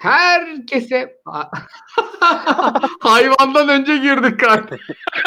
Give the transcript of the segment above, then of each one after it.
Herkese hayvandan önce girdik kardeşim.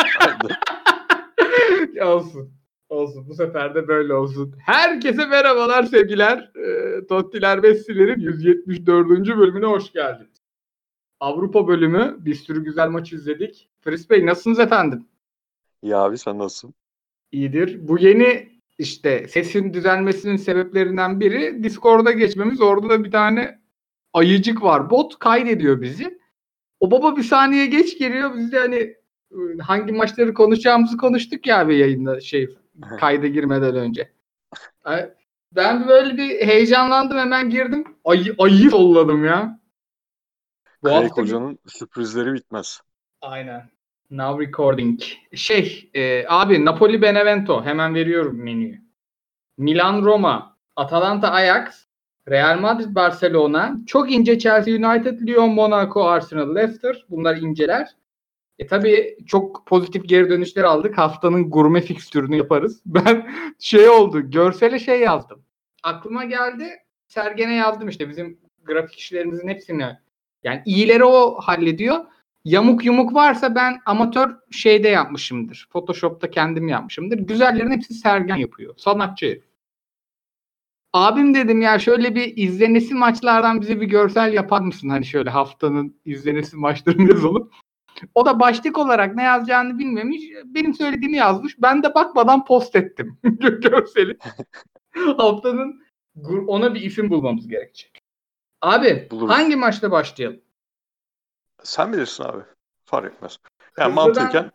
Olsun. Olsun. Bu sefer de böyle olsun. Herkese merhabalar sevgiler. Tottiler Messi'lerin 174. bölümüne hoş geldiniz. Avrupa bölümü. Bir sürü güzel maç izledik. Fris Bey nasılsınız efendim? İyi abi, sen nasılsın? İyidir. Bu yeni işte sesin düzelmesinin sebeplerinden biri Discord'a geçmemiz. Orada da bir tane ayıcık var. Bot kaydediyor bizi. O baba bir saniye geç geliyor. Biz de hani hangi maçları konuşacağımızı konuştuk ya abi yayında kayda girmeden önce. Ben böyle bir heyecanlandım, hemen girdim. Ayı solladım ya. Kayık Hoca'nın sürprizleri bitmez. Aynen. Now recording. Abi Napoli Benevento, hemen veriyorum menüyü. Milan Roma, Atalanta Ajax, Real Madrid Barcelona, çok ince Chelsea United, Lyon Monaco, Arsenal Leicester. Bunlar inceler. Tabii çok pozitif geri dönüşler aldık. Haftanın gurme fikstürünü yaparız. Ben görsele yazdım. Aklıma geldi. Sergen'e yazdım işte bizim grafik işlerimizin hepsini. Yani iyileri o hallediyor. Yamuk yumuk varsa ben amatör yapmışımdır. Photoshop'ta kendim yapmışımdır. Güzellerin hepsi Sergen yapıyor. Sanatçı. Abim dedim ya, şöyle bir izlenesi maçlardan bize bir görsel yapar mısın? Hani şöyle haftanın izlenesi maçlarını yazalım. O da başlık olarak ne yazacağını bilmemiş. Benim söylediğimi yazmış. Ben de bakmadan post ettim görseli. Haftanın ona bir isim bulmamız gerekecek. Abi Buluruz. Hangi maçla başlayalım? Sen bilirsin abi. Fark etmez. Yani mantıken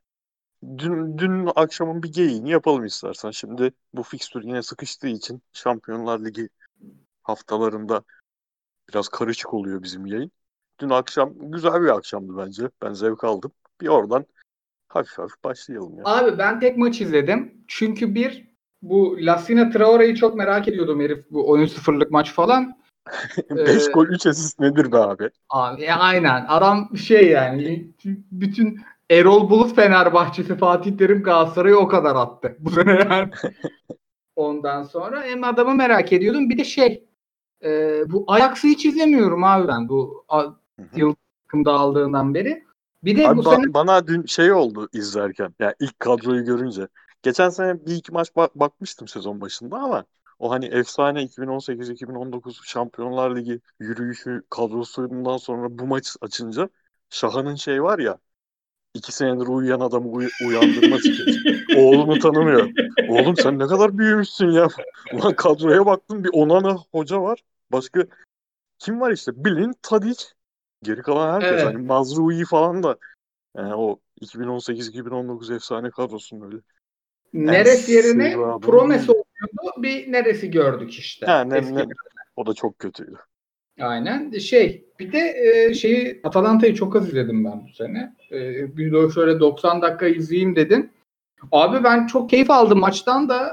dün akşamın bir geyiğini yapalım istersen. Şimdi bu fikstür yine sıkıştığı için Şampiyonlar Ligi haftalarında biraz karışık oluyor bizim yayın. Dün akşam güzel bir akşamdı bence. Ben zevk aldım. Bir oradan hafif hafif başlayalım ya. Abi ben tek maç izledim. Çünkü bu Lassina Traore'yi çok merak ediyordum herif. Bu 13-0'lık maç falan. 5 gol 3 asist nedir be abi? Abi aynen. Adam yani bütün Erol Bulut Fenerbahçesi, Fatih Terim Galatasaray'ı o kadar attı bu sene yani. Ondan sonra hem adamı merak ediyordum. Bir de bu Ajax'ı hiç izlemiyorum abi ben. Bu yıl takımda aldığından beri. Bir de abi bu sene bana dün oldu izlerken. Yani ilk kadroyu görünce. Geçen sene bir iki maç bakmıştım sezon başında ama o hani efsane 2018-2019 Şampiyonlar Ligi yürüyüşü kadrosundan sonra bu maç açınca Şahan'ın var ya, 2 senedir uyuyan adamı uyandırma skeci. Oğlunu tanımıyor. Oğlum sen ne kadar büyümüşsün ya. Ulan kadroya baktım, bir Onana hoca var. Başka kim var işte? Bilin Tadic. Geri kalan herkes. evet. Hani Mazraoui falan da yani o 2018-2019 efsane kadrosunun öyle. Neresi yerine Sıradan Promes değildi. oluyordu. Bir neresi gördük işte. Yani o da çok kötüydü. Aynen. Bir de Atalanta'yı çok az izledim ben bu sene. Bir de şöyle 90 dakika izleyeyim dedim. Abi ben çok keyif aldım maçtan da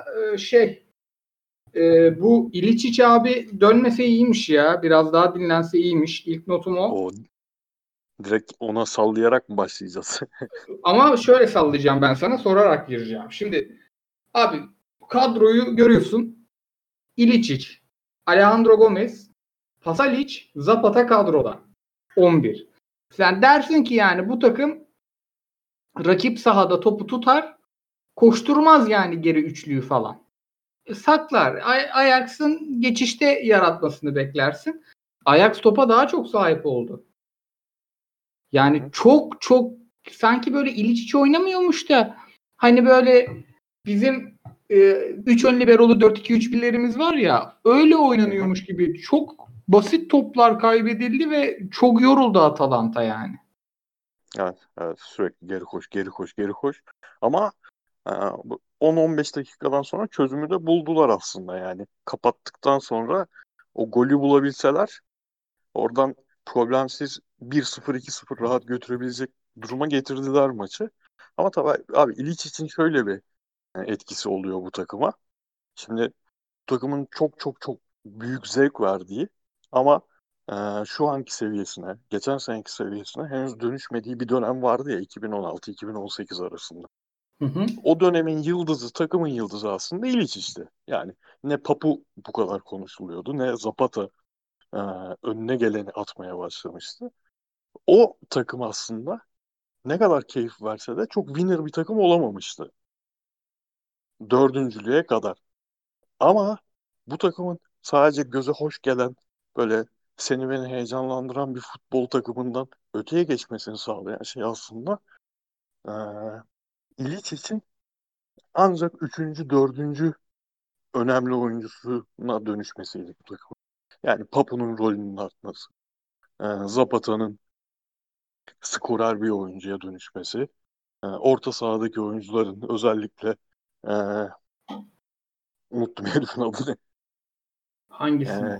bu İličić abi dönmese iyiymiş ya. Biraz daha dinlense iyiymiş. İlk notum o. O direkt ona sallayarak mı başlayacağız? Ama şöyle sallayacağım, ben sana sorarak gireceğim. Şimdi abi kadroyu görüyorsun. İličić, Alejandro Gomez, Pasalic, Zapata kadroda. 11. Sen dersin ki yani bu takım rakip sahada topu tutar, koşturmaz yani geri üçlüyü falan. Saklar. Ajax'ın geçişte yaratmasını beklersin. Ajax topa daha çok sahip oldu. Yani çok çok sanki böyle İličić oynamıyormuş da hani böyle bizim 3 ön liberolu 4-2-3-1'lerimiz var ya, öyle oynanıyormuş gibi çok basit toplar kaybedildi ve çok yoruldu Atalanta yani. Evet, sürekli geri koş. Ama bu 10-15 dakikadan sonra çözümü de buldular aslında yani. Kapattıktan sonra o golü bulabilseler oradan problemsiz 1-0 2-0 rahat götürebilecek duruma getirdiler maçı. Ama tabii abi İliç için şöyle bir etkisi oluyor bu takıma. Şimdi takımın çok çok çok büyük zevk verdiği ama şu anki seviyesine, geçen seneki seviyesine henüz dönüşmediği bir dönem vardı ya, 2016-2018 arasında. Hı hı. O dönemin yıldızı, takımın yıldızı aslında İliç işte. Yani ne Papu bu kadar konuşuluyordu, ne Zapata önüne geleni atmaya başlamıştı. O takım aslında ne kadar keyif verse de çok winner bir takım olamamıştı. Dördüncülüğe kadar. Ama bu takımın sadece göze hoş gelen, böyle seni beni heyecanlandıran bir futbol takımından öteye geçmesini sağlayan şey aslında ee, İliç için ancak üçüncü, dördüncü önemli oyuncusuna dönüşmesiydi bu takım. Yani Papu'nun rolünün artması, Zapata'nın skorer bir oyuncuya dönüşmesi, orta sahadaki oyuncuların özellikle e, unuttum herifin adını. Hangisini? E,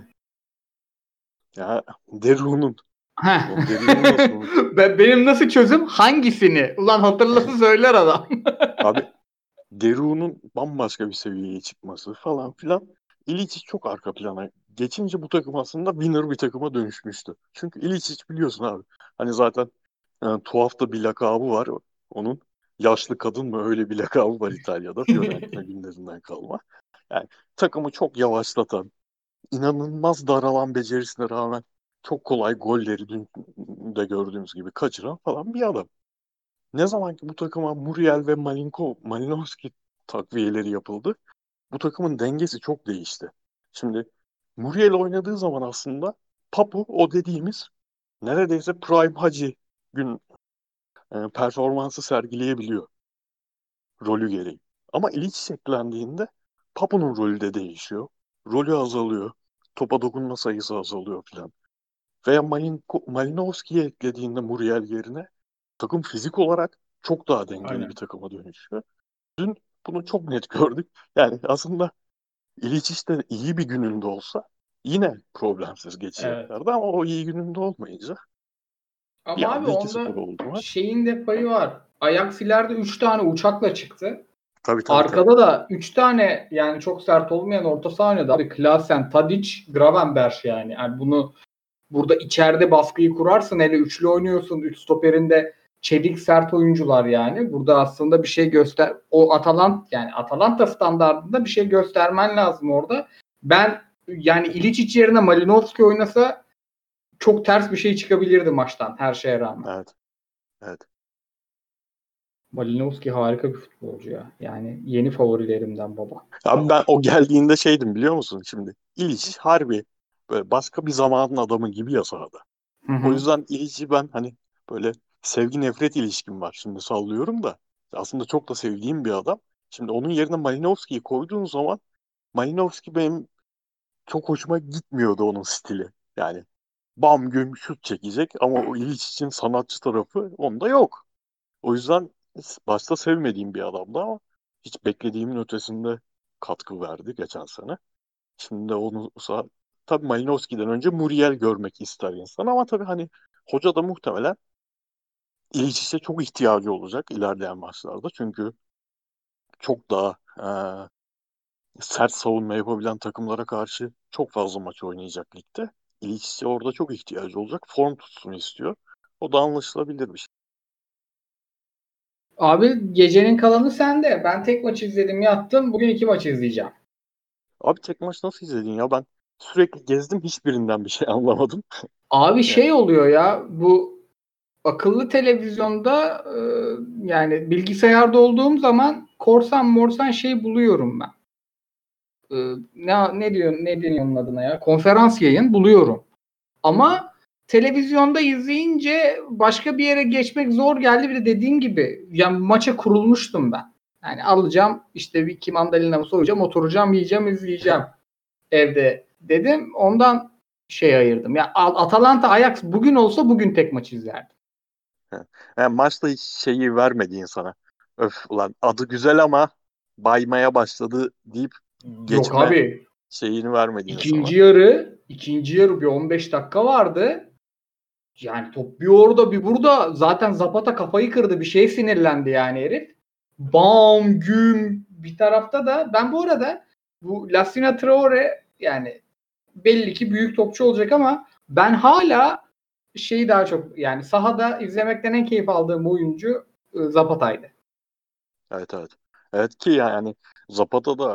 ya Deru'nun. Heh. Ulan Deru'nu nasıl unuttum? Benim nasıl çözüm? Hangisini? Ulan hatırlasa söyler adam. Abi Deru'nun bambaşka bir seviyeye çıkması falan filan. İličić çok arka plana geçince bu takım aslında winner bir takıma dönüşmüştü. Çünkü İličić biliyorsun abi. Hani zaten tuhaf da bir lakabı var onun. Yaşlı kadın mı öyle bir lakabı var İtalya'da. Fiorentina günlerinden kalma. Yani takımı çok yavaşlatan, inanılmaz daralan becerisine rağmen çok kolay golleri dün de gördüğümüz gibi kaçıran falan bir adam. Ne zaman ki bu takıma Muriel ve Malinowski takviyeleri yapıldı, bu takımın dengesi çok değişti. Şimdi Muriel oynadığı zaman aslında Papu o dediğimiz neredeyse Prime Hacı gün performansı sergileyebiliyor rolü gereği. Ama İliç eklendiğinde Papu'nun rolü de değişiyor. Rolü azalıyor. Topa dokunma sayısı azalıyor filan. Veya Malinowski'yi eklediğinde Muriel yerine takım fizik olarak çok daha dengeli bir Aynen. takıma dönüşüyor. Dün bunu çok net gördük. Yani aslında İličić de iyi bir gününde olsa yine problemsiz Evet. geçeceklerdi ama o iyi gününde olmayınca bir Ama abi anda 2-0 onda oldu maç. şeyin de payı var. Ajax ileride 3 tane uçakla çıktı. Tabii tabii tabii. Arkada da 3 tane yani çok sert olmayan orta saha oynadı. Abi Klaassen, Tadic, Gravenberch yani. Yani bunu burada içeride baskıyı kurarsın. Hele üçlü oynuyorsun. Üç stoperinde çelik sert oyuncular yani. Burada aslında bir şey o Atalanta standartında bir şey göstermen lazım orada. Ben yani İličić yerine Malinowski oynasa çok ters bir şey çıkabilirdi maçtan her şeye rağmen. Evet. Evet. Malinowski harika bir futbolcu ya. Yani yeni favorilerimden baba. Abi ben o geldiğinde şeydim biliyor musun şimdi? İliç harbi böyle başka bir zamanın adamı gibi ya sahada. Hı O hı. yüzden İliç'i ben hani böyle sevgi nefret ilişkim var. Şimdi sallıyorum da aslında çok da sevdiğim bir adam. Şimdi onun yerine Malinowski'yi koyduğun zaman Malinowski benim çok hoşuma gitmiyordu onun stili. Yani bam güm şut çekecek ama o İliç için sanatçı tarafı onda yok. O yüzden başta sevmediğim bir adamdı ama hiç beklediğimin ötesinde katkı verdi geçen sene. Şimdi de tabii Malinowski'den önce Muriel görmek ister insan ama tabii hani hoca da muhtemelen İliç'e çok ihtiyacı olacak ilerleyen maçlarda. Çünkü çok daha sert savunma yapabilen takımlara karşı çok fazla maç oynayacak ligde. İliç'e orada çok ihtiyacı olacak. Form tutsun istiyor. O da anlaşılabilir bir şey. Abi gecenin kalanı sende. Ben tek maç izledim yattım. Bugün 2 maç izleyeceğim. Abi tek maç nasıl izledin ya? Ben sürekli gezdim hiçbirinden bir şey anlamadım. Abi Yani şey oluyor ya bu akıllı televizyonda yani bilgisayarda olduğum zaman korsan morsan şey buluyorum ben. Ne deniyor onun adına ya? Konferans yayın buluyorum. hı hı. Ama televizyonda izleyince başka bir yere geçmek zor geldi. Bir de dediğin gibi yani maça kurulmuştum ben. Yani alacağım işte bir iki mandalinamı soyacağım, oturacağım, yiyeceğim, izleyeceğim evde dedim. Ondan şey ayırdım. Ya Atalanta Ajax bugün olsa bugün tek maç izlerdim. Yani maçta hiç şeyi vermedi insana. Öf ulan adı güzel ama baymaya başladı deyip Yok geçme abi. şeyini vermedi insana. İkinci yarı bir 15 dakika vardı. Yani top bir orada bir burada. Zaten Zapata kafayı kırdı. Bir şeye sinirlendi yani herif. Bam güm bir tarafta da ben bu arada bu Lassina Traore yani belli ki büyük topçu olacak ama ben hala şeyi daha çok yani sahada izlemekten en keyif aldığım oyuncu Zapata'ydı. Evet evet. Evet ki yani Zapata da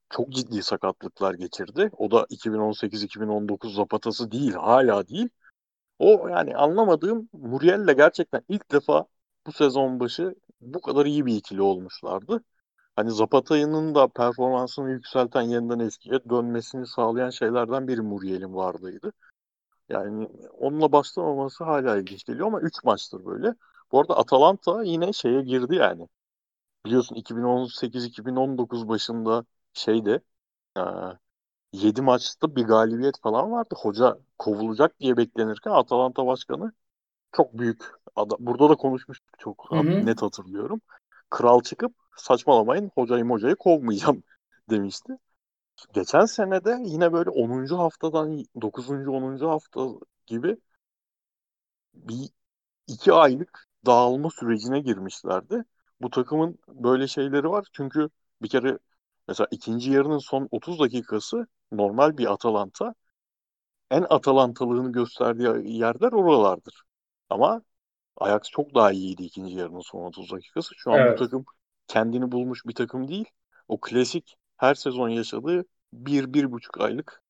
çok ciddi sakatlıklar geçirdi. O da 2018-2019 Zapata'sı değil, hala değil. O yani anlamadığım, Muriel'le gerçekten ilk defa bu sezon başı bu kadar iyi bir ikili olmuşlardı. Hani Zapata'nın da performansını yükselten, yeniden eskiye dönmesini sağlayan şeylerden biri Muriel'in varlığıydı. Yani onunla başlamaması hala ilginç geliyor ama 3 maçtır böyle. Bu arada Atalanta yine şeye girdi yani. Biliyorsun 2018-2019 başında şeyde, e, 7 maçta bir galibiyet falan vardı. Hoca kovulacak diye beklenirken Atalanta başkanı çok büyük burada da konuşmuştuk, çok Hı hı. net hatırlıyorum. Kral çıkıp saçmalamayın, hocayı kovmayacağım demişti. Geçen sene de yine böyle 10. haftadan 9. 10. hafta gibi bir 2 aylık dağılma sürecine girmişlerdi. Bu takımın böyle şeyleri var. Çünkü bir kere mesela ikinci yarının son 30 dakikası normal bir Atalanta en Atalantalığını gösterdiği yerler oralardır. Ama Ajax çok daha iyiydi ikinci yarının son 30 dakikası. Şu an bu Evet. takım kendini bulmuş bir takım değil. O klasik her sezon yaşadığı 1-1,5 aylık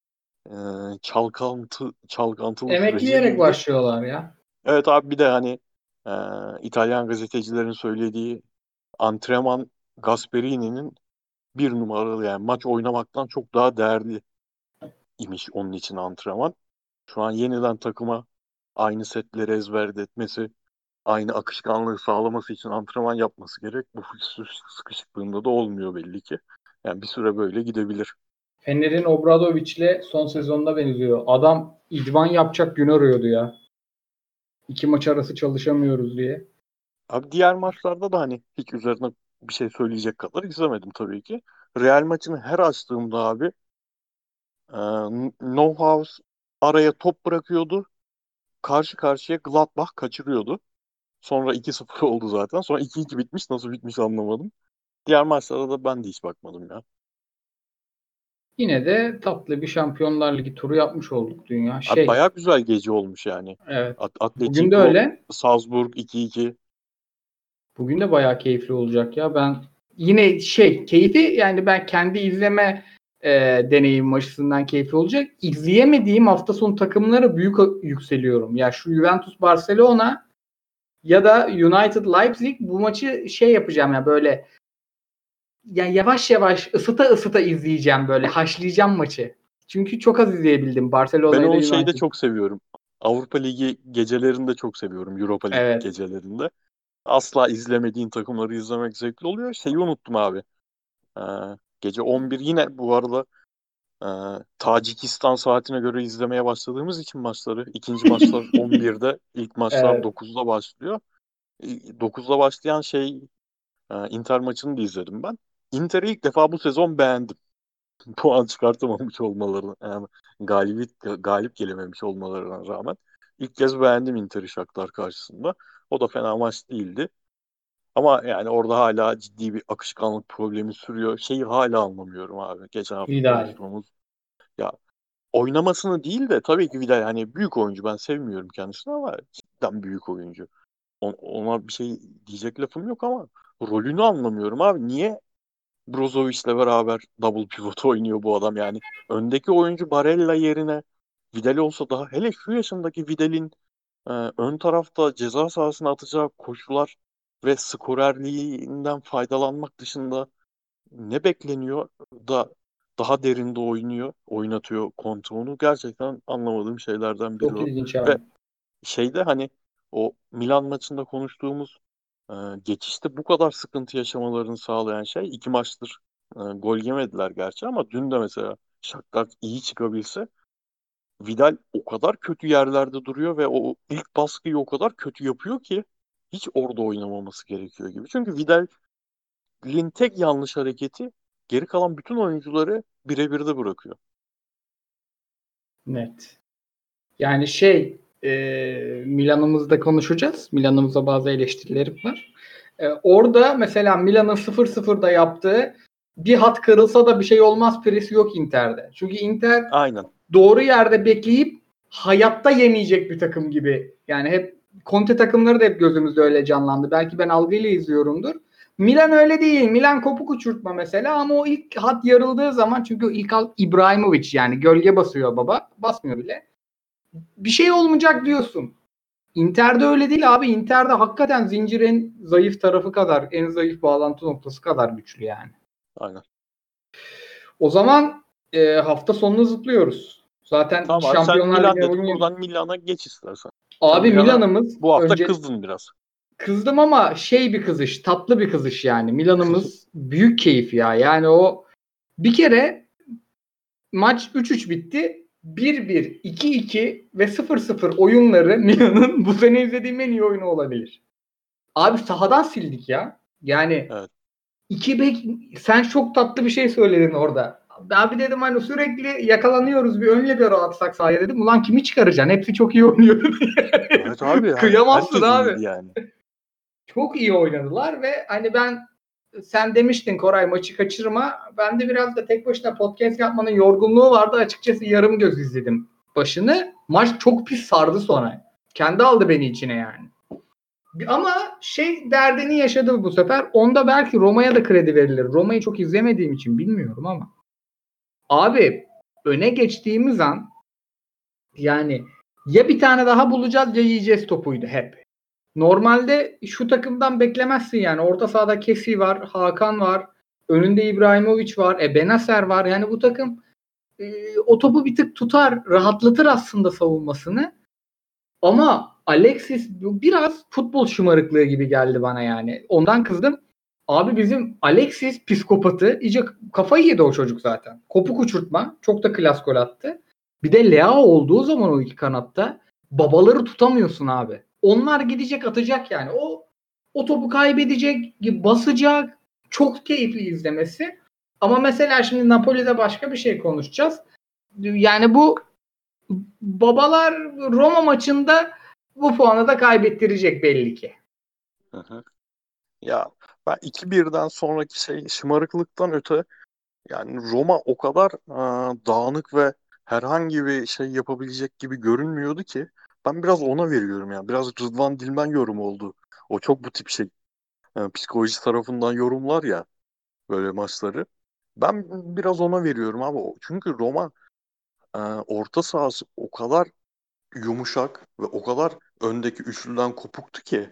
çalkantılı sürece Emekleyerek girdi. başlıyorlar ya. Evet abi, bir de hani e, İtalyan gazetecilerin söylediği antrenman Gasperini'nin bir numaralı, yani maç oynamaktan çok daha değerli imiş onun için antrenman. Şu an yeniden takıma aynı setleri ezberletmesi, aynı akışkanlığı sağlaması için antrenman yapması gerek. Bu fikstür sıkışıklığında da olmuyor belli ki. Yani bir süre böyle gidebilir. Fener'in Obradoviç'le son sezonuna benziyor. Adam idman yapacak gün arıyordu ya. 2 maç arası çalışamıyoruz diye. Abi diğer maçlarda da hani hiç üzerine bir şey söyleyecek kadar izlemedim tabii ki. Real maçını her açtığımda abi, Neuhaus araya top bırakıyordu. Karşı karşıya Gladbach kaçırıyordu. Sonra 2-0 oldu zaten. Sonra 2-2 bitmiş. Nasıl bitmiş anlamadım. Diğer maçlara da ben de hiç bakmadım ya. Yine de tatlı bir Şampiyonlar Ligi turu yapmış olduk dünya. Abi bayağı güzel gece olmuş yani. Evet. Bugün de Atletico, öyle. Salzburg 2-2. Bugün de bayağı keyifli olacak ya. Ben yine keyfi, yani ben kendi izleme deneyimim açısından keyifli olacak. İzleyemediğim hafta sonu takımlara büyük yükseliyorum. Ya şu Juventus Barcelona ya da United Leipzig, bu maçı yapacağım ya, böyle ya yavaş yavaş ısıta ısıta izleyeceğim, böyle haşlayacağım maçı. Çünkü çok az izleyebildim Ben Barcelona o ile şeyi de United. çok seviyorum. Avrupa Ligi gecelerini de çok seviyorum. Europa Lig Evet. gecelerinde. Asla izlemediğin takımları izlemek zevkli oluyor. Şeyi unuttum abi. Ee, Gece 11 yine bu arada, Tacikistan saatine göre izlemeye başladığımız için maçları. İkinci maçlar 11'de, ilk maçlar Evet. 9'da başlıyor. 9'da başlayan Inter maçını da izledim ben. Inter'i ilk defa bu sezon beğendim. Puan çıkartamamış olmalarına, yani galip gelememiş olmalarına rağmen ilk kez beğendim Inter'i Shakhtar karşısında. O da fena maç değildi. Ama yani orada hala ciddi bir akışkanlık problemi sürüyor. Şeyi hala anlamıyorum abi. Geçen hafta Vidal. konuştuğumuz. Ya oynamasını değil de, tabii ki Vidal hani büyük oyuncu, ben sevmiyorum kendisini ama cidden büyük oyuncu. Ona bir şey diyecek lafım yok ama rolünü anlamıyorum abi. Niye Brozovic'le beraber double pivot oynuyor bu adam yani? Öndeki oyuncu Barella yerine Vidal olsa, daha hele şu yaşındaki Vidal'in ön tarafta ceza sahasına atacağı koşular ve skorerliğinden faydalanmak dışında ne bekleniyor da daha derinde oynatıyor kontuğunu, gerçekten anlamadığım şeylerden biri Çok o. ilginç Ve abi. şeyde hani o Milan maçında konuştuğumuz geçişte bu kadar sıkıntı yaşamalarını sağlayan şey, 2 maçtır gol yemediler gerçi ama dün de mesela Shakhtar iyi çıkabilse, Vidal o kadar kötü yerlerde duruyor ve o ilk baskıyı o kadar kötü yapıyor ki hiç orada oynamaması gerekiyor gibi. Çünkü Vidal'in tek yanlış hareketi geri kalan bütün oyuncuları birebir de bırakıyor. Net. Yani Milan'ımızda konuşacağız. Milan'ımıza bazı eleştirilerim var. Orada mesela Milan'ın 0-0'da yaptığı, bir hat kırılsa da bir şey olmaz presi yok Inter'de. Çünkü Inter Aynen. doğru yerde bekleyip hayatta yemeyecek bir takım gibi. Yani hep Conte takımları da hep gözümüzde öyle canlandı. Belki ben algıyla izliyorumdur. Milan öyle değil. Milan kopuk uçurtma mesela ama o ilk hat yarıldığı zaman çünkü o ilk hat İbrahimovic yani gölge basıyor baba. Basmıyor bile. Bir şey olmayacak diyorsun. Inter'de öyle değil abi. Inter'de hakikaten zincirin zayıf tarafı kadar, en zayıf bağlantı noktası kadar güçlü yani. Aynen. O zaman hafta sonunu zıplıyoruz. Zaten Tamam abi, sen Şampiyonlar Milan Ligi'ne dedin. bugün Buradan Milan'a geç istersen. Sen abi Milan'a Milan'ımız bu hafta önce kızdın biraz. kızdım ama şey bir kızış, tatlı bir kızış yani. Milan'ımız büyük keyif ya. Yani o bir kere maç 3-3 bitti. 1-1, 2-2 ve 0-0 oyunları Milan'ın bu sene izlediğim en iyi oyunu olabilir. Abi sahadan sildik ya. Yani Evet. iki bek sen çok tatlı bir şey söyledin orada. Abi dedim hani sürekli yakalanıyoruz bir ön libero atsak sahaya dedim. Ulan kimi çıkaracaksın? Hepsi çok iyi oynuyor. Evet abi, Kıyamazsın herkes abi. iyiydi yani. Çok iyi oynadılar ve hani sen demiştin Koray maçı kaçırma. Ben de biraz da tek başına podcast yapmanın yorgunluğu vardı. Açıkçası yarım göz izledim başını. Maç çok pis sardı sonra. Kendi aldı beni içine yani. Ama şey derdini yaşadı bu sefer. Onda belki Roma'ya da kredi verilir. Roma'yı çok izlemediğim için bilmiyorum ama. Abi öne geçtiğimiz an yani ya bir tane daha bulacağız ya yiyeceğiz topuydu hep. Normalde şu takımdan beklemezsin yani. Orta sahada Kesi var, Hakan var, önünde İbrahimovic var, Benacer var. Yani bu takım o topu bir tık tutar, rahatlatır aslında savunmasını. Ama Alexis biraz futbol şımarıklığı gibi geldi bana yani. Ondan kızdım. Abi bizim Alexis psikopatı iyice kafayı yedi o çocuk zaten. Kopuk uçurtma. Çok da klas gol attı. Bir de Leao olduğu zaman o iki kanatta babaları tutamıyorsun abi. Onlar gidecek atacak yani. O topu kaybedecek, basacak. Çok keyifli izlemesi. Ama mesela şimdi Napoli'de başka bir şey konuşacağız. Yani bu babalar Roma maçında bu puanı da kaybettirecek belli ki. Hı hı. Ya ben 2-1'den sonraki şımarıklıktan öte, yani Roma o kadar dağınık ve herhangi bir şey yapabilecek gibi görünmüyordu ki ben biraz ona veriyorum ya. Biraz Rıdvan Dilmen yorumu oldu. O çok bu tip psikoloji tarafından yorumlar ya böyle maçları. Ben biraz ona veriyorum abi. Çünkü Roma orta sahası o kadar yumuşak ve o kadar öndeki üçlüden kopuktu ki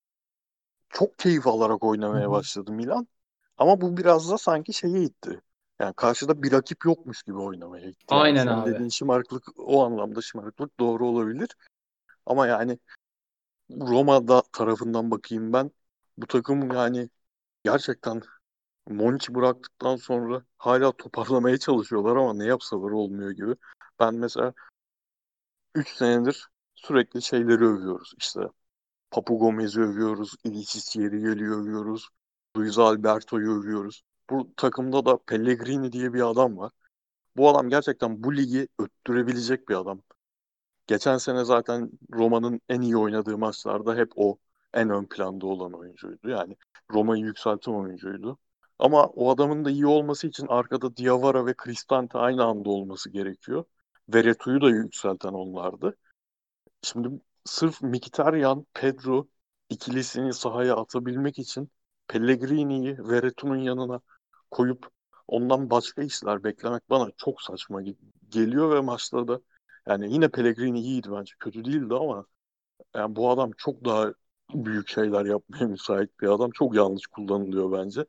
çok keyif alarak Hı oynamaya hı. başladı Milan. Ama bu biraz da sanki şeye itti. Yani karşıda bir rakip yokmuş gibi oynamaya itti. Yani Aynen senin abi. dediğin şımarıklık, o anlamda şımarıklık doğru olabilir. Ama yani Roma'da tarafından bakayım ben. Bu takım yani gerçekten Monchi bıraktıktan sonra hala toparlamaya çalışıyorlar ama ne yapsalar olmuyor gibi. Ben mesela 3 senedir sürekli şeyleri övüyoruz. İşte Papu Gomez'i övüyoruz. İlicic yeri geliyor övüyoruz. Luis Alberto'yu övüyoruz. Bu takımda da Pellegrini diye bir adam var. Bu adam gerçekten bu ligi öttürebilecek bir adam. Geçen sene zaten Roma'nın en iyi oynadığı maçlarda hep o en ön planda olan oyuncuydu. Yani Roma'yı yükselten oyuncuydu. Ama o adamın da iyi olması için arkada Diawara ve Cristante aynı anda olması gerekiyor. Veretu'yu da yükselten onlardı. Şimdi sırf Mkhitaryan, Pedro ikilisini sahaya atabilmek için Pellegrini'yi Veretu'nun yanına koyup ondan başka işler beklemek bana çok saçma geliyor ve maçta da yani yine Pellegrini iyiydi bence. Kötü değildi ama yani bu adam çok daha büyük şeyler yapmaya müsait bir adam. Çok yanlış kullanılıyor bence.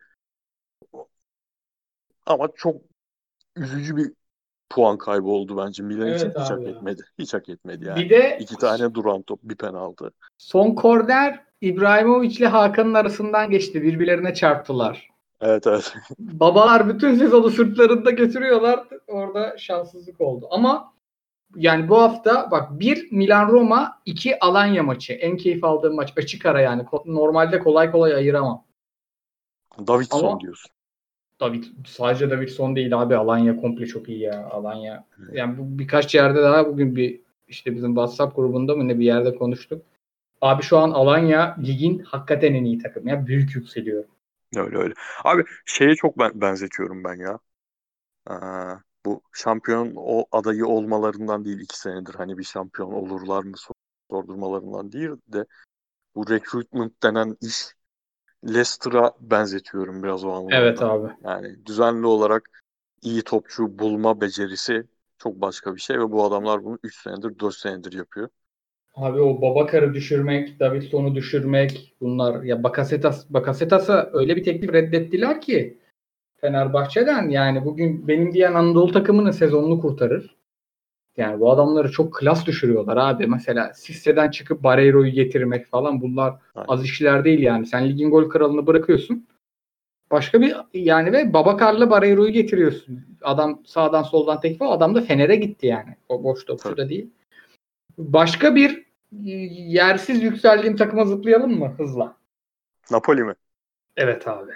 Ama çok üzücü bir puan kaybı oldu bence. Milan için Evet hiç abi hak ya. etmedi. Hiç hak etmedi yani. Bir de İki tane duran top, bir penaltı. son korner İbrahimovic ile Hakan'ın arasından geçti. Birbirlerine çarptılar. Evet, evet. Babalar bütün sezonu sırtlarında götürüyorlar. Orada şanssızlık oldu. Ama yani bu hafta bak bir Milan Roma, iki Alanya maçı. En keyif aldığım maç. Açık ara yani. Normalde kolay kolay ayıramam. Davidson Ama diyorsun. Sadece Davidson değil abi. Alanya komple çok iyi ya. Alanya. Yani bu birkaç yerde daha bugün işte bizim WhatsApp grubunda mı ne bir yerde konuştuk. Abi şu an Alanya ligin hakikaten en iyi takım ya. Büyük yükseliyor. Öyle öyle. Abi şeye çok benzetiyorum ben ya. Aa, bu şampiyon o adayı olmalarından değil, 2 senedir hani bir şampiyon olurlar mı sordurmalarından değil de bu recruitment denen iş Leicester'a benzetiyorum biraz o Evet anlamda. abi. Yani düzenli olarak iyi topçu bulma becerisi çok başka bir şey ve bu adamlar bunu 3 senedir 4 senedir yapıyor. Abi o Babakar'ı düşürmek, Davidson'u düşürmek bunlar ya Bakasetas'a öyle bir teklif reddettiler ki Fenerbahçe'den yani bugün benim diyen Anadolu takımının sezonunu kurtarır. Yani bu adamları çok klas düşürüyorlar abi. Mesela Sisse'den çıkıp Barreiro'yu getirmek falan bunlar Yani, az işler değil yani. Sen ligin gol kralını bırakıyorsun. Başka bir yani ve Babakar'la Barreiro'yu getiriyorsun. Adam sağdan soldan teklif adam da Fener'e gitti yani. O boş topçu tabii. da değil. Başka bir yersiz yükseldiğim takıma zıplayalım mı hızla? Napoli mi? Evet abi.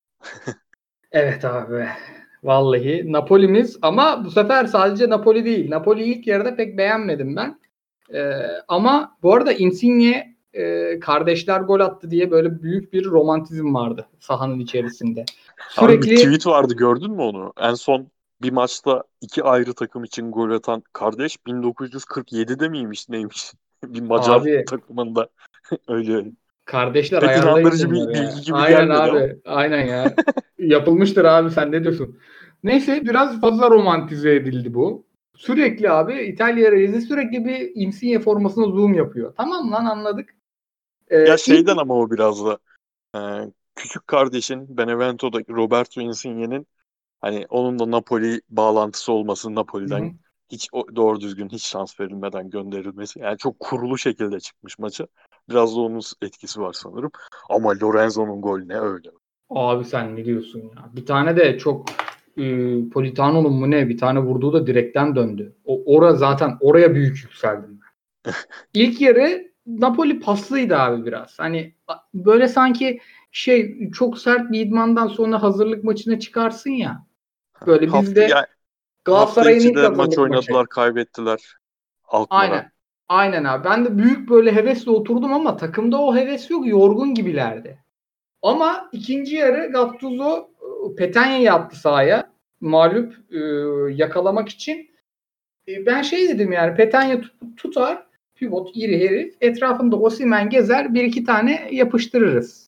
Evet abi. Vallahi Napoli'miz ama bu sefer sadece Napoli değil. Napoli ilk yarıda pek beğenmedim ben. Ama bu arada Insigne kardeşler gol attı diye böyle büyük bir romantizm vardı sahanın içerisinde. Abi bir Sürekli tweet vardı, gördün mü onu? En son bir maçta iki ayrı takım için gol atan kardeş 1947'de miymiş neymiş? Bir Macar abi takımında öyle. kardeşler Pek ayarlayın inandırıcı bunları bir ya. bilgi gibi Aynen gelmedi ama. abi. Aynen ya. Yapılmıştır abi sen ne diyorsun? Neyse biraz fazla romantize edildi bu. Sürekli abi İtalya Rezi sürekli bir Insigne formasına zoom yapıyor. Tamam lan anladık. Ya İlk şeyden ama o biraz da küçük kardeşin Benevento'daki Roberto Insigne'nin hani onun da Napoli bağlantısı olması, Hı hı. Napoli'den hiç doğru düzgün hiç şans verilmeden gönderilmesi. Yani çok kurulu şekilde çıkmış maçı. Biraz da onun etkisi var sanırım. Ama Lorenzo'nun golü ne öyle. Abi sen ne diyorsun ya? Bir tane de çok Politano'nun mu ne bir tane vurduğu da direkten döndü. Zaten oraya büyük yükseldim ben. İlk yarı Napoli paslıydı abi biraz. Hani böyle sanki çok sert bir idmandan sonra hazırlık maçına çıkarsın ya. Böyle Hafta bizde ya hafta Galatasaray'ın içi ilk de maç hazırlık maçı. oynadılar, kaybettiler Alkmaar'a. Aynen. Aynen abi. Ben de büyük böyle hevesle oturdum ama takımda o heves yok. Yorgun gibilerdi. Ama ikinci yarı Gattuso Petagnia'yı attı sahaya. Mağlup yakalamak için. Ben dedim yani Petagna tutar. Pivot iri herif. Etrafında Osimhen gezer. Bir iki tane yapıştırırız.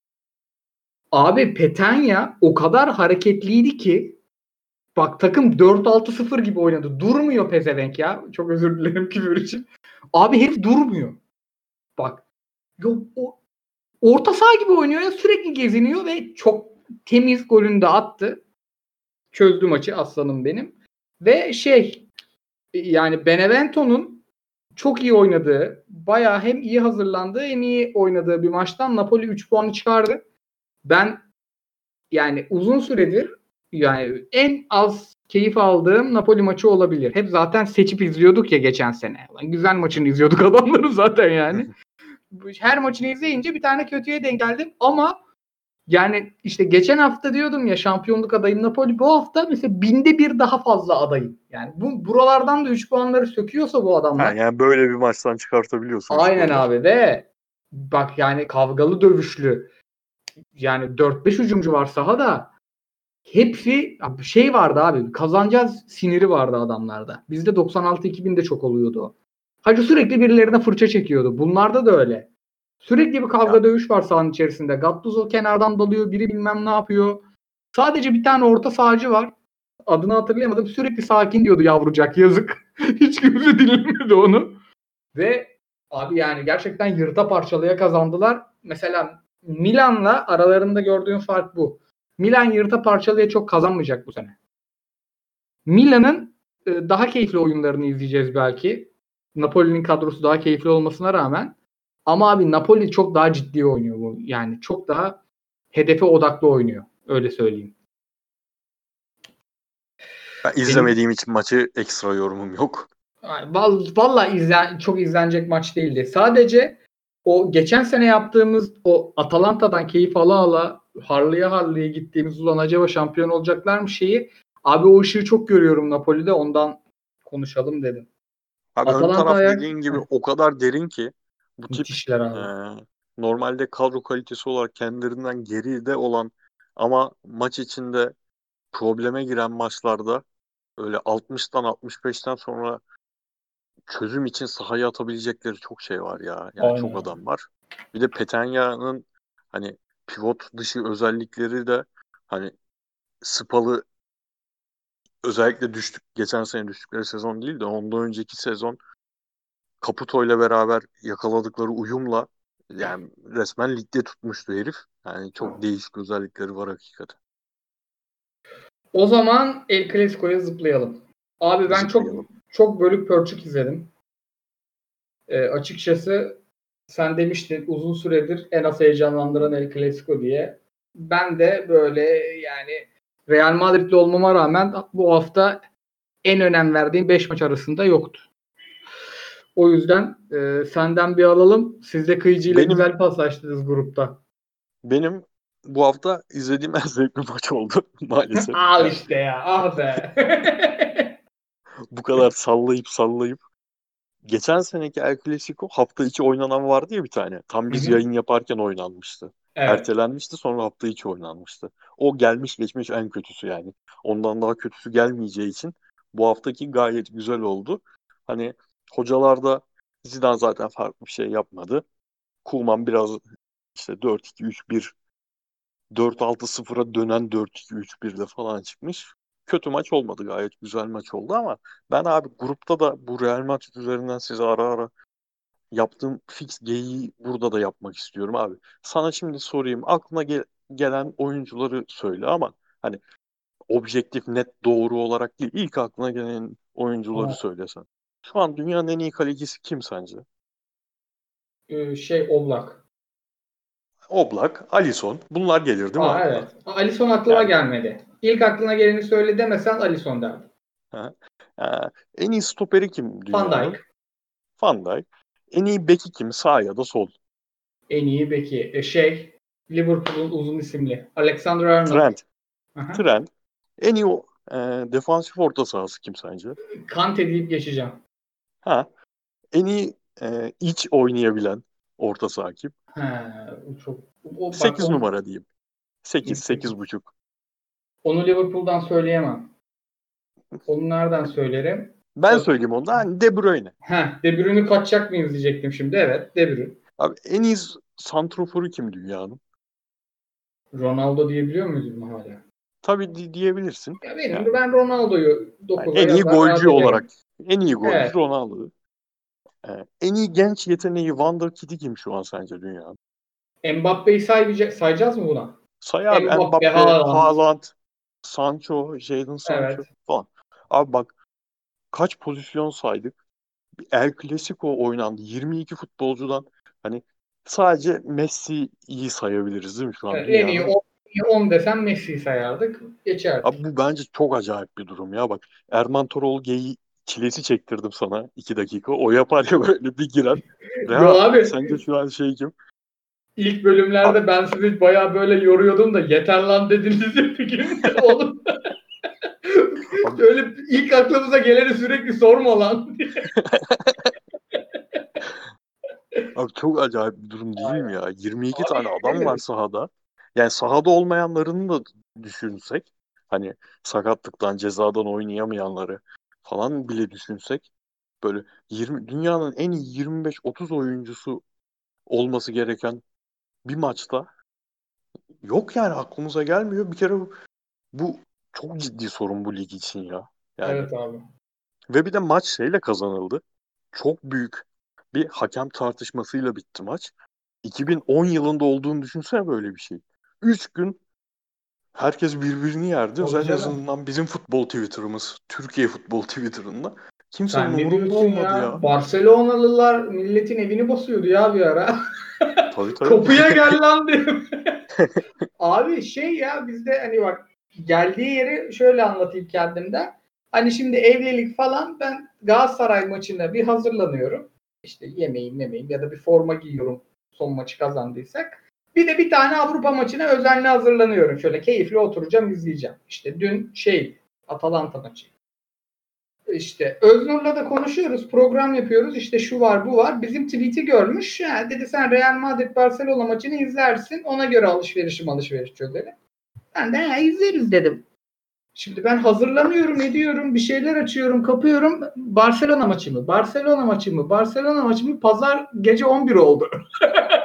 Abi Petagna o kadar hareketliydi ki bak takım 4-6-0 gibi oynadı. Durmuyor pezevenk ya. Çok özür dilerim küfür için. Abi hep durmuyor. Bak yok o orta saha gibi oynuyor ya sürekli geziniyor ve çok temiz golünü de attı. Çözdü maçı aslanım benim. Ve yani Benevento'nun çok iyi oynadığı, bayağı hem iyi hazırlandığı hem iyi oynadığı bir maçtan Napoli 3 puanı çıkardı. Ben yani uzun süredir yani en az keyif aldığım Napoli maçı olabilir. Hep zaten seçip izliyorduk ya geçen sene. Güzel maçını izliyorduk adamların zaten yani. Her maçını izleyince bir tane kötüye denk geldim ama yani işte geçen hafta diyordum ya şampiyonluk adayım Napoli. Bu hafta mesela binde bir daha fazla adayım. Yani buralardan da 3 puanları söküyorsa bu Ha, adamlar. yani böyle bir maçtan çıkartabiliyorsun 3 Aynen goller. abi ve bak yani kavgalı dövüşlü yani 4-5 hücumcu var sahada. Hepsi vardı abi. Kazanacağız siniri vardı adamlarda. Bizde 96-2000'de çok oluyordu o. Hacı sürekli birilerine fırça çekiyordu. Bunlarda da öyle. Sürekli bir Ya, kavga dövüş var sahanın içerisinde. Gattuso kenardan dalıyor. Biri bilmem ne yapıyor. Sadece bir tane orta sahacı var. Adını hatırlayamadım. Sürekli sakin diyordu yavrucak. Yazık. Hiç kimse dinlemedi onu. Ve abi yani gerçekten yırta parçalaya kazandılar. Mesela Milan'la aralarında gördüğüm fark bu. Milan yırta parçalaya çok kazanmayacak bu sene. Milan'ın daha keyifli oyunlarını izleyeceğiz belki. Napoli'nin kadrosu daha keyifli olmasına rağmen. Ama abi Napoli çok daha ciddi oynuyor bu. Yani çok daha hedefe odaklı oynuyor. Öyle söyleyeyim. ben Senin izlemediğim için maçı ekstra yorumum yok. Vallahi çok izlenecek maç değildi. Sadece o geçen sene yaptığımız o Atalanta'dan keyif ala ala harlıya harlıya gittiğimiz ulan acaba şampiyon olacaklar mı abi o ışığı çok görüyorum Napoli'de ondan konuşalım dedim. Abi ön Atalanta taraf ayak dediğin gibi o kadar derin ki bu tip müthişler e, abi. normalde kadro kalitesi olarak kendilerinden geride olan ama maç içinde probleme giren maçlarda öyle 60'tan 65'ten sonra çözüm için sahaya atabilecekleri çok şey var ya. Yani Aynen çok abi. adam var. Bir de Petenya'nın hani pivot dışı özellikleri de hani Spalı özellikle geçen sene düştükleri sezon değil de ondan önceki sezon Caputo ile beraber yakaladıkları uyumla yani resmen ligde tutmuştu herif. Yani çok değişik özellikleri var hakikaten. O zaman El Clasico'ya zıplayalım. Abi ben Zıplayalım. çok bölük pörçük izledim. Açıkçası sen demiştin uzun süredir en az heyecanlandıran El Clasico diye. Ben de böyle yani Real Madrid'li olmama rağmen bu hafta en önem verdiğim 5 maç arasında yoktu. O yüzden senden bir alalım. Siz de kıyıcıyla güzel paslaştınız grupta. Benim bu hafta izlediğim en zevkli maç oldu maalesef. Al Yani işte ya. Ah be. bu kadar sallayıp geçen seneki El Clasico hafta içi oynanan vardı ya bir tane. Tam biz yayın yaparken oynanmıştı. Evet. Ertelenmişti, sonra hafta içi oynanmıştı. O gelmiş geçmiş en kötüsü yani. Ondan daha kötüsü gelmeyeceği için bu haftaki gayet güzel oldu. Hani hocalarda Zidane zaten farklı bir şey yapmadı. Koeman biraz işte 4-2-3-1 4-6-0'a dönen 4-2-3-1'de falan çıkmış. Kötü maç olmadı. Gayet güzel maç oldu ama ben abi grupta da bu Real Madrid üzerinden size ara ara yaptığım fix geyiği burada da yapmak istiyorum abi. Sana şimdi sorayım. Aklına gelen oyuncuları söyle ama hani objektif, net, doğru olarak değil. İlk aklına gelen oyuncuları Tamam. söylesen. Şu an dünyanın en iyi kalecisi kim sence? Oblak. Oblak, Alisson. Bunlar gelir değil mi aklına? Evet. Alisson aklıma Yani gelmedi. İlk aklına geleni söyle demesen Alisson derdim. ha. En iyi stoperi kim Van dünyanın? Dijk. Van Dijk. En iyi beki kim? Sağ ya da sol? En iyi beki. Liverpool'un uzun isimli. Alexander-Arnold. Trent. Aha. Trent. En iyi defansif orta sahası kim sence? Kante deyip geçeceğim. Ha. En iyi iç oynayabilen orta saha kim? Bak 8 numara diyeyim. 8, 8. 8,5. Onu Liverpool'dan söyleyemem. Onu nereden söylerim? Ben Bak. söyleyeyim onda. Hani De Bruyne. De Bruyne'ü kaçacak mıyız diyecektim şimdi. Evet, De Bruyne. Abi en iyi santroforu kim dünyanın? Ronaldo diyebiliyor muyuz bunu hala? Tabii diyebilirsin. Ya Yani, ben Ronaldo'yu yani 9'a en iyi yazar rahat golcü olarak ederim. en iyi golcü Evet. Ronaldo. En iyi genç yeteneği Wonderkid'i kim şu an sence dünyanın? Mbappe'yi sayacağız mı buna? Say abi Mbappe, Mbappe, Haaland. Haaland, Sancho, Jadon Sancho Evet. falan. Abi bak kaç pozisyon saydık. Bir El Clasico oynandı. 22 futbolcudan hani sadece Messi'yi sayabiliriz değil mi şu an En iyi dünyanın? 10 desem Messi'yi sayardık. Geçerdik. Abi bu bence çok acayip bir durum ya. Bak Erman Toroğlu çilesi çektirdim sana 2 dakika. O yapar ya böyle bir girer. Yo Reha abi sence şu an şey kim? ilk Abi, bölümlerde ben sizi bayağı böyle yoruyordum da yeter lan dediniz ya bir gün. Oğlum abi, öyle ilk aklımıza geleni sürekli sorma lan. abi çok acayip bir durum değil mi ya? 22 Abi tane adam var sahada. Yani sahada olmayanlarını da düşünsek hani sakatlıktan, cezadan oynayamayanları falan bile düşünsek böyle dünyanın en iyi 25-30 oyuncusu olması gereken bir maçta yok yani aklımıza gelmiyor. Bir kere bu çok ciddi sorun bu lig için ya. Yani Evet abi. ve bir de maç şeyle kazanıldı. Çok büyük bir hakem tartışmasıyla bitti maç. 2010 yılında olduğunu düşünsene böyle bir şey. 3 gün herkes birbirini yerdi. Tabii Özel en canım. azından bizim futbol Twitter'ımız, Türkiye futbol Twitter'ında kimsenin Sen ne umurunda diyorsun olmadı ya? ya. Barcelonalılar milletin evini basıyordu ya bir ara. Tabii tabii. Kapıya gel lan diyorum. Abi ya bizde hani bak geldiği yeri şöyle anlatayım kendimden. Hani şimdi evlilik falan ben Galatasaray maçına bir hazırlanıyorum. İşte yemeğim ya da bir forma giyiyorum son maçı kazandıysak. Bir de bir tane Avrupa maçına özenli hazırlanıyorum. Şöyle keyifli oturacağım izleyeceğim. İşte dün Atalanta maçı. İşte Öznur'la da konuşuyoruz, program yapıyoruz. İşte şu var, bu var. Bizim tweet'i görmüş. Dedi sen Real Madrid Barcelona maçını izlersin. Ona göre alışveriş çözelim. Ben de izleriz dedim. Şimdi ben hazırlanıyorum, ediyorum, bir şeyler açıyorum, kapıyorum. Barcelona maçı mı? Pazar gece 11 oldu.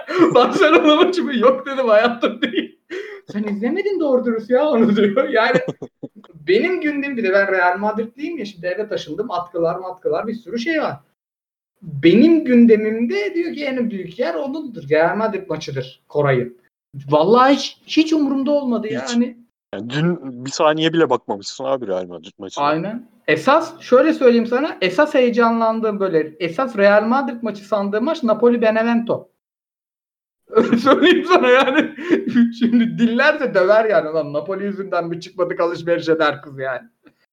Barcelona maçı mı? Yok dedim, hayatım değil. Sen izlemedin doğru dürüst ya onu diyor. Yani benim gündemimde de, ben Real Madrid'liyim ya, şimdi eve taşındım. Atkılar bir sürü şey var. Benim gündemimde diyor ki en büyük yer onundur. Real Madrid maçıdır Koray'ın. Vallahi hiç umurumda olmadı ya. Hiç. Hani Yani dün bir saniye bile bakmamışsın abi Real Madrid maçına. aynen. Esas şöyle söyleyeyim sana. Esas heyecanlandığım, böyle esas Real Madrid maçı sandığım maç Napoli Benevento. Öyle söyleyeyim sana yani. Şimdi dinlerse döver yani. Lan Napoli yüzünden mi çıkmadık alışverişe der kız yani.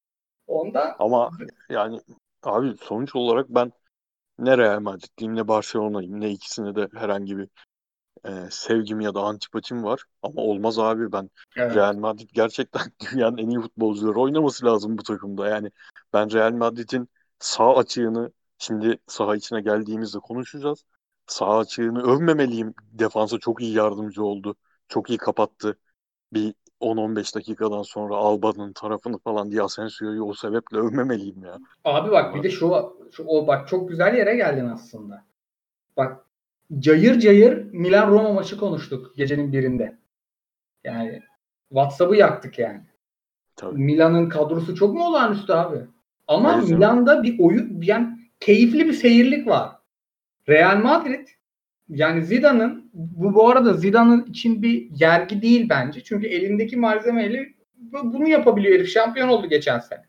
Ondan Ama yani abi sonuç olarak ben ne Real Madrid'liyim ne Barcelona'yım, ne ikisine de herhangi bir sevgim ya da antipatim var. Ama olmaz abi, ben evet. Real Madrid gerçekten dünyanın en iyi futbolcuları oynaması lazım bu takımda. Yani ben Real Madrid'in sağ açığını, şimdi saha içine geldiğimizde konuşacağız. Sağ açığını övmemeliyim. Defansa çok iyi yardımcı oldu. Çok iyi kapattı. Bir 10-15 dakikadan sonra Alba'nın tarafını falan diye Asensio'yu o sebeple övmemeliyim ya. Abi bak bir Ama de o bak çok güzel yere geldin aslında. Bak cayır cayır Milan Roma maçı konuştuk gecenin birinde. Yani WhatsApp'ı yaktık yani. tabii. Milan'ın kadrosu çok mu olağanüstü abi? Ama Hayır canım. Milan'da bir oyun, yani keyifli bir seyirlik var. Real Madrid, yani Zidane'ın, bu arada Zidane'ın için bir yergi değil bence. Çünkü elindeki malzemeyle bunu yapabiliyor herif. Şampiyon oldu geçen sene.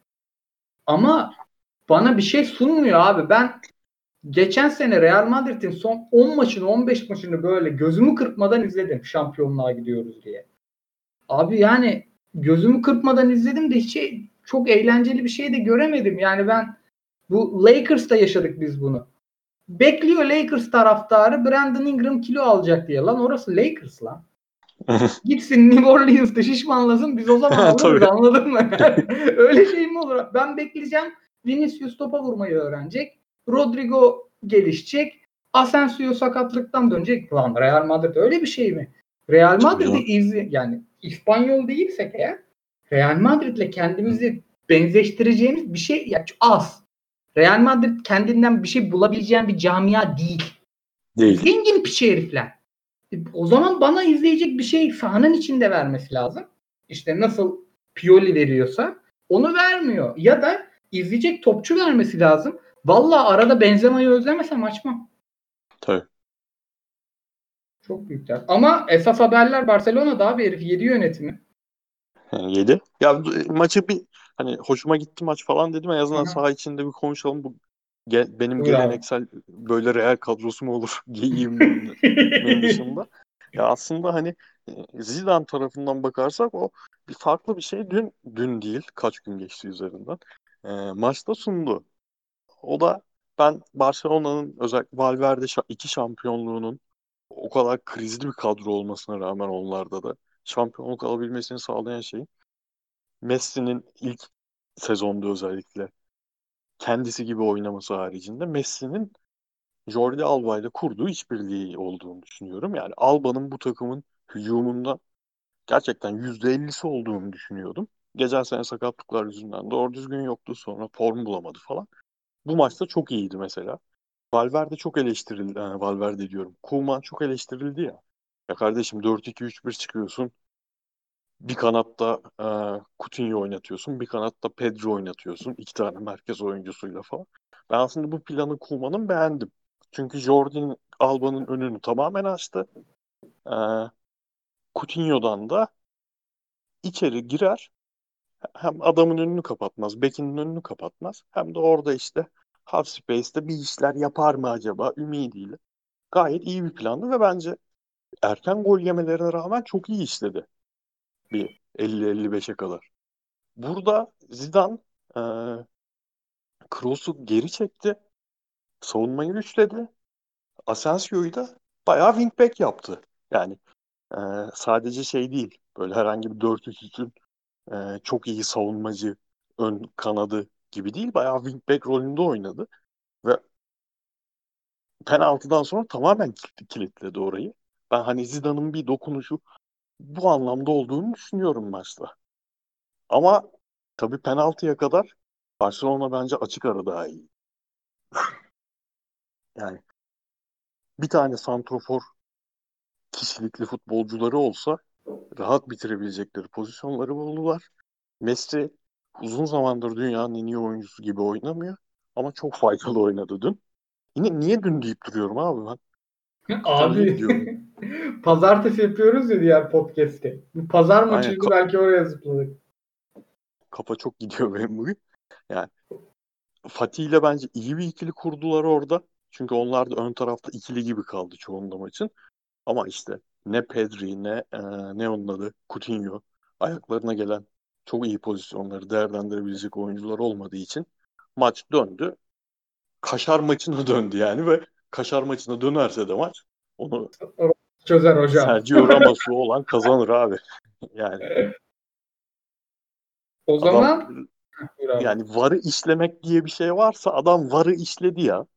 Ama bana bir şey sunmuyor abi. Ben geçen sene Real Madrid'in son 10 maçını 15 maçını böyle gözümü kırpmadan izledim, şampiyonluğa gidiyoruz diye. Abi yani gözümü kırpmadan izledim de hiç çok eğlenceli bir şey de göremedim. Yani ben, bu Lakers'ta yaşadık biz bunu. Bekliyor Lakers taraftarı Brandon Ingram kilo alacak diye. Lan orası Lakers lan. Gitsin New Orleans'ta şişmanlasın, biz o zaman alırız, Tabii. anladın mı? Öyle şey mi olur? Ben bekleyeceğim. Vinicius topa vurmayı öğrenecek. Rodrigo gelişecek. Asensio sakatlıktan dönecek. Lan Real Madrid öyle bir şey mi? Real Tabii Madrid'i canım. yani İspanyol değilsek eğer, Real Madrid'le kendimizi benzeştireceğimiz bir şey ya az. Real Madrid kendinden bir şey bulabileceğin bir camia değil. Değil. Zengin piçi herifler. O zaman bana izleyecek bir şey sahanın içinde vermesi lazım. İşte nasıl Pioli veriyorsa onu vermiyor. Ya da izleyecek topçu vermesi lazım. Vallahi arada Benzema'yı özlemesem açmam. Tabii. Çok büyükler. Ama esas haberler Barcelona'da abi, herif 7 yönetimi. Yani 7. Ya maçı bir hani hoşuma gitti maç falan dedim, en azından Aha. saha içinde bir konuşalım. Bu benim Buyur abi. geleneksel böyle Real kadrosu mu olur geyiğimin dışında. Ya aslında hani Zidane tarafından bakarsak o bir farklı bir şey. Dün değil, kaç gün geçti üzerinden. Maçta sundu. O da, ben Barcelona'nın özellikle Valverde iki şampiyonluğunun o kadar krizli bir kadro olmasına rağmen onlarda da şampiyonluk alabilmesini sağlayan şey, Messi'nin ilk sezonda özellikle kendisi gibi oynaması haricinde Messi'nin Jordi Alba ile kurduğu işbirliği olduğunu düşünüyorum. Yani Alba'nın bu takımın hücumunda gerçekten %50'si olduğunu düşünüyordum. Geçen sene sakatlıklar yüzünden doğru düzgün yoktu. Sonra form bulamadı falan. Bu maçta çok iyiydi mesela. Valverde çok eleştirildi. Yani Valverde diyorum. Koeman çok eleştirildi ya. Ya kardeşim 4-2-3-1 çıkıyorsun. Bir kanatta Coutinho oynatıyorsun. Bir kanatta Pedro oynatıyorsun. İki tane merkez oyuncusuyla falan. Ben aslında bu planı Koeman'ın beğendim. Çünkü Jordi Alba'nın önünü tamamen açtı. E, Coutinho'dan da içeri girer. Hem adamın önünü kapatmaz. Bekinin önünü kapatmaz. Hem de orada işte half space'te bir işler yapar mı acaba ümidiyle. Gayet iyi bir plandı ve bence erken gol yemelerine rağmen çok iyi işledi. Bir 50-55'e kadar. Burada Zidane e, Kroos'u geri çekti. Savunmayı üçledi. Asensio'yu da bayağı wingback yaptı. Yani e, sadece şey değil. Böyle herhangi bir 4-3-3'ün çok iyi savunmacı ön kanadı gibi değil. Bayağı wingback rolünde oynadı. Ve penaltıdan sonra tamamen kilitledi orayı. Ben hani Zidane'ın bir dokunuşu bu anlamda olduğunu düşünüyorum maçta. Ama tabii penaltıya kadar Barcelona bence açık ara daha iyi. Yani bir tane santrofor kişilikli futbolcuları olsa rahat bitirebilecekleri pozisyonları buldular. Messi uzun zamandır dünyanın en iyi oyuncusu gibi oynamıyor ama çok faydalı oynadı dün. Yine niye dün deyip duruyorum abi ben? Kafaları Abi gidiyor benim. pazartesi yapıyoruz ya diğer podcast'te. Bu pazar Aynen maçıydı, belki oraya zıpladık. kafa çok gidiyor benim bugün. Yani Fatih ile bence iyi bir ikili kurdular orada. Çünkü onlar da ön tarafta ikili gibi kaldı çoğunluğu maçın. Ama işte ne Pedri ne onun adı Coutinho ayaklarına gelen çok iyi pozisyonları değerlendirebilecek oyuncular olmadığı için maç döndü. Kaşar maçına döndü yani ve Kaşar maçına dönerse de maç onu Çözer hocam. Sergio Ramos'u olan kazanır abi. Yani O adam zaman buyur abi. yani VAR'ı işlemek diye bir şey varsa adam VAR'ı işledi ya.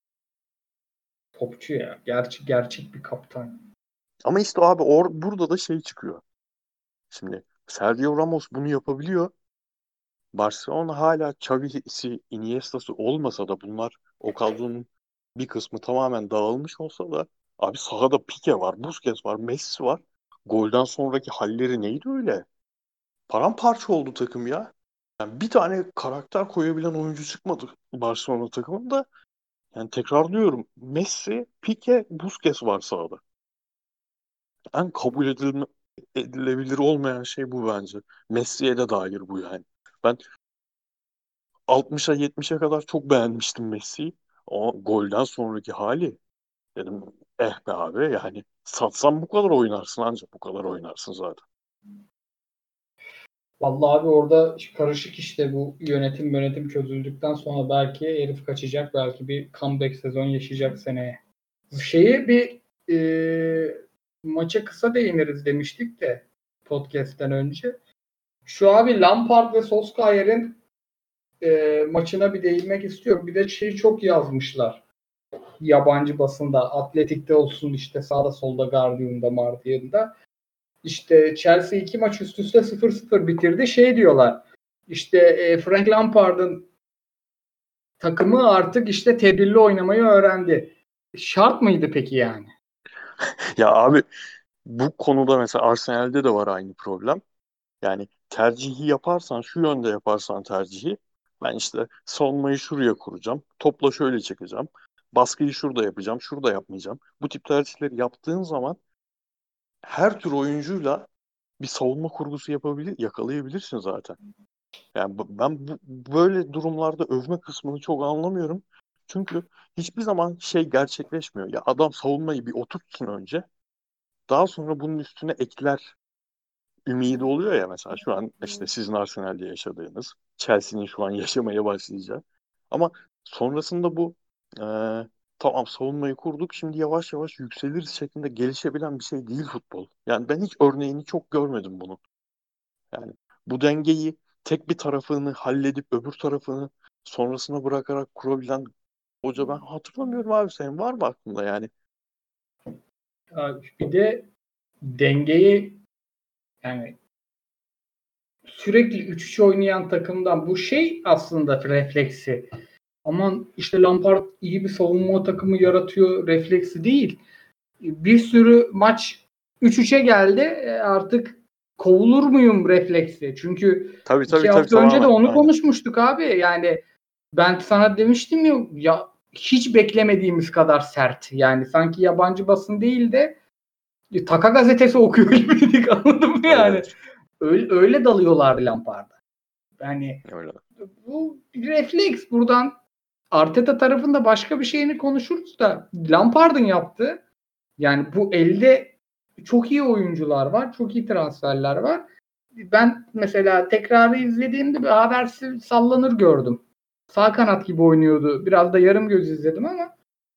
Topçu ya. Gerçek bir kaptan. Ama işte abi burada da şey çıkıyor. Şimdi Sergio Ramos bunu yapabiliyor. Barcelona hala Xavi'si, Iniesta'sı olmasa da bunlar o kadronun bir kısmı tamamen dağılmış olsa da abi sahada Pique var, Busquets var, Messi var. Golden sonraki halleri neydi öyle? Paramparça oldu takım ya. Yani bir tane karakter koyabilen oyuncu çıkmadı Barcelona takımında. Yani tekrarlıyorum. Messi, Pique, Busquets var sahada. En edilebilir olmayan şey bu bence. Messi'ye de dair bu yani. Ben 60'a 70'e kadar çok beğenmiştim Messi'yi. O golden sonraki hali dedim be abi yani satsan bu kadar oynarsın ancak bu kadar oynarsın zaten. Vallahi abi orada karışık işte, bu yönetim çözüldükten sonra belki herif kaçacak. Belki bir comeback sezon yaşayacak seneye. Şeyi bir maça kısa değiniriz demiştik de podcast'ten önce. Şu abi Lampard ve Solskjaer'in maçına bir değinmek istiyorum. Bir de şeyi çok yazmışlar yabancı basında. Atletik'te olsun, işte sağda solda, Guardian'da, Mardian'da. İşte Chelsea 2 maç üst üste 0-0 bitirdi. Şey diyorlar. İşte Frank Lampard'ın takımı artık işte tedbirli oynamayı öğrendi. Şart mıydı peki yani? Ya abi bu konuda mesela Arsenal'de de var aynı problem. Yani tercihi yaparsan şu yönde yaparsan tercihi ben işte savunmayı şuraya kuracağım. Topla şöyle çekeceğim. Baskıyı şurada yapacağım. Şurada yapmayacağım. Bu tip tercihleri yaptığın zaman her tür oyuncuyla bir savunma kurgusu yakalayabilirsin zaten. Yani ben böyle durumlarda övme kısmını çok anlamıyorum. Çünkü hiçbir zaman şey gerçekleşmiyor. Ya adam savunmayı bir oturtsun önce. Daha sonra bunun üstüne ekler ümidi oluyor ya mesela şu an işte sizin Arsenal'de yaşadığınız, Chelsea'nin şu an yaşamaya başlayacağı. Ama sonrasında bu e, tamam savunmayı kurduk şimdi yavaş yavaş yükseliriz şeklinde gelişebilen bir şey değil futbol. Yani ben hiç örneğini çok görmedim bunu. Yani bu dengeyi tek bir tarafını halledip öbür tarafını sonrasına bırakarak kurabilen hoca ben hatırlamıyorum abi senin var mı aklında yani? Bir de dengeyi, yani sürekli 3-3 oynayan takımdan bu şey aslında refleksi. Aman işte Lampard iyi bir savunma takımı yaratıyor refleksi değil. Bir sürü maç 3-3'e geldi. Artık kovulur muyum refleksi. Çünkü Tabii iki tabii tabii hafta önce de tamamen onu aynen. konuşmuştuk abi. Yani ben sana demiştim ya hiç beklemediğimiz kadar sert. Yani sanki yabancı basın değil de Taka gazetesi okuyor gibiydik, anladın mı Evet yani? evet Öyle dalıyorlardı Lampard'a. Yani öyle. bu bir refleks. Buradan Arteta tarafında başka bir şeyini konuşuruz da Lampard'ın yaptığı, yani bu elde çok iyi oyuncular var. Çok iyi transferler var. Ben mesela tekrarı izlediğimde bir habersiz sallanır gördüm. Sağ kanat gibi oynuyordu. Biraz da yarım göz izledim ama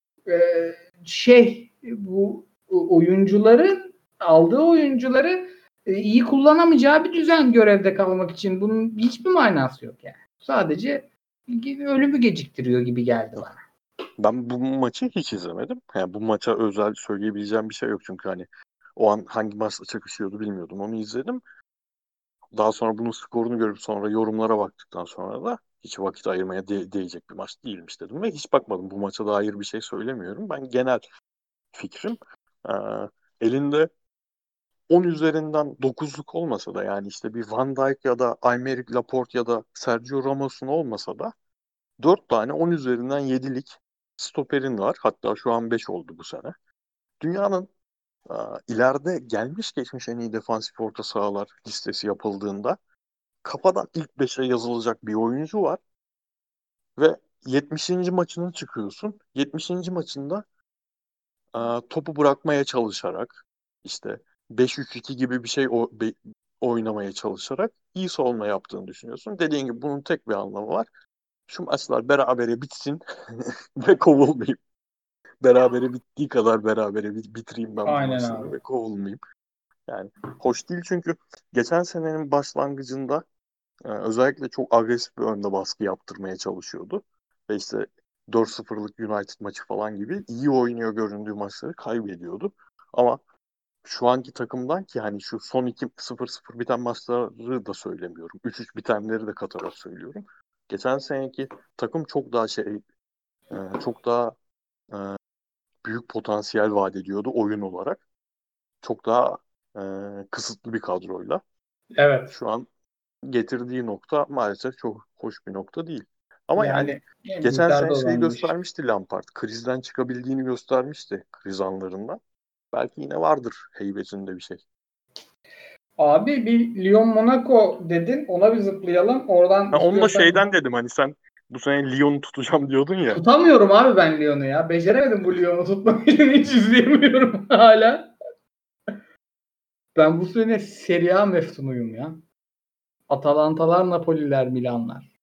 bu oyuncuların aldığı oyuncuları iyi kullanamayacağı bir düzen görevde kalmak için, bunun hiçbir manası yok yani. Sadece ölümü geciktiriyor gibi geldi bana. Ben bu maçı hiç izlemedim. Yani bu maça özel söyleyebileceğim bir şey yok çünkü hani o an hangi maçla çakışıyordu bilmiyordum. Onu izledim. Daha sonra bunun skorunu görüp sonra yorumlara baktıktan sonra da hiç vakit ayırmaya değecek bir maç değilmiş dedim ve hiç bakmadım. Bu maça dair bir şey söylemiyorum. Ben genel fikrim e, elinde 10 üzerinden 9'luk olmasa da, yani işte bir Van Dijk ya da Aymeric Laporte ya da Sergio Ramos'un olmasa da 4 tane 10 üzerinden 7'lik stoperin var. Hatta şu an 5 oldu bu sene. Dünyanın ileride gelmiş geçmiş en iyi defansif orta sahalar listesi yapıldığında kafadan ilk 5'e yazılacak bir oyuncu var ve 70. maçına çıkıyorsun. 70. maçında topu bırakmaya çalışarak, işte 5-3-2 gibi bir şey oynamaya çalışarak iyi savunma yaptığını düşünüyorsun. Dediğin gibi bunun tek bir anlamı var. Şu maçlar berabere bitsin ve kovulmayayım. Berabere bittiği kadar berabere bitireyim ben bu Aynen maçları abi. ve kovulmayayım. Yani hoş değil, çünkü geçen senenin başlangıcında özellikle çok agresif bir önde baskı yaptırmaya çalışıyordu. Ve işte 4-0'lık United maçı falan gibi iyi oynuyor göründüğü maçları kaybediyordu. Ama şu anki takımdan, ki hani şu son 2-0-0 biten maçları da söylemiyorum. 3-3 bitenleri de katarak söylüyorum. Geçen seneki takım çok daha çok daha e, büyük potansiyel vaat ediyordu oyun olarak. Çok daha kısıtlı bir kadroyla. Evet. Şu an getirdiği nokta maalesef çok hoş bir nokta değil. Ama yani Yani en geçen büyükler de sene o şeyi bence iş. göstermişti Lampard. Krizden çıkabildiğini göstermişti, kriz anlarında. Belki yine vardır heybetinde bir şey. Abi bir Lyon Monaco dedin. Ona bir zıplayalım. Oradan Onu da istiyorsan şeyden dedim, hani sen bu sene Lyon'u tutacağım diyordun ya. tutamıyorum abi ben Lyon'u ya. Beceremedim bu Lyon'u tutmak için. Hiç izleyemiyorum hala. Ben bu sene Serie A meftunuyum ya. Atalantalar, Napoliler, Milanlar.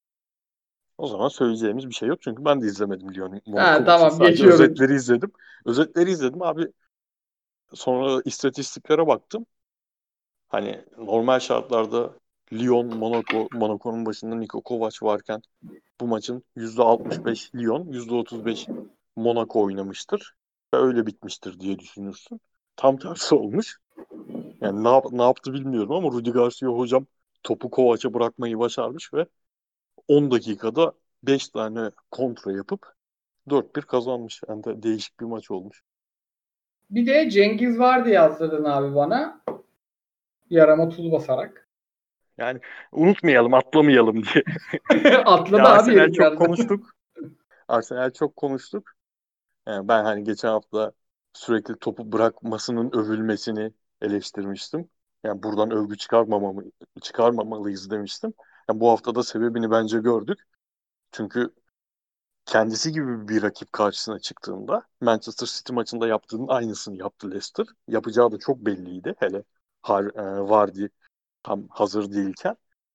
O zaman söyleyeceğimiz bir şey yok, çünkü ben de izlemedim Lyon'un Ha Monaco maçını. tamam Sadece geçiyorum. özetleri izledim. Özetleri izledim abi. Sonra istatistiklere baktım. Hani normal şartlarda Lyon, Monaco'nun başında Niko Kovac varken bu maçın %65 Lyon, %35 Monaco oynamıştır. Ve öyle bitmiştir diye düşünürsün. Tam tersi olmuş. Yani ne yaptı bilmiyorum ama Rudi Garcia hocam topu Kovac'a bırakmayı başarmış ve 10 dakikada 5 tane kontra yapıp 4-1 kazanmış. Yani de değişik bir maç olmuş. Bir de Cengiz vardı yazdırdın abi bana. Yarama tuz basarak. Yani unutmayalım, atlamayalım diye. Ya Atladı abi Arsenal herif çok yazdı. konuştuk. Arsenal çok konuştuk. Yani ben hani geçen hafta sürekli topu bırakmasının övülmesini eleştirmiştim. Yani buradan övgü çıkarmamalıyız demiştim. Yani bu hafta da sebebini bence gördük. Çünkü kendisi gibi bir rakip karşısına çıktığında Manchester City maçında yaptığının aynısını yaptı Leicester. Yapacağı da çok belliydi. Hele Vardy tam hazır değilken.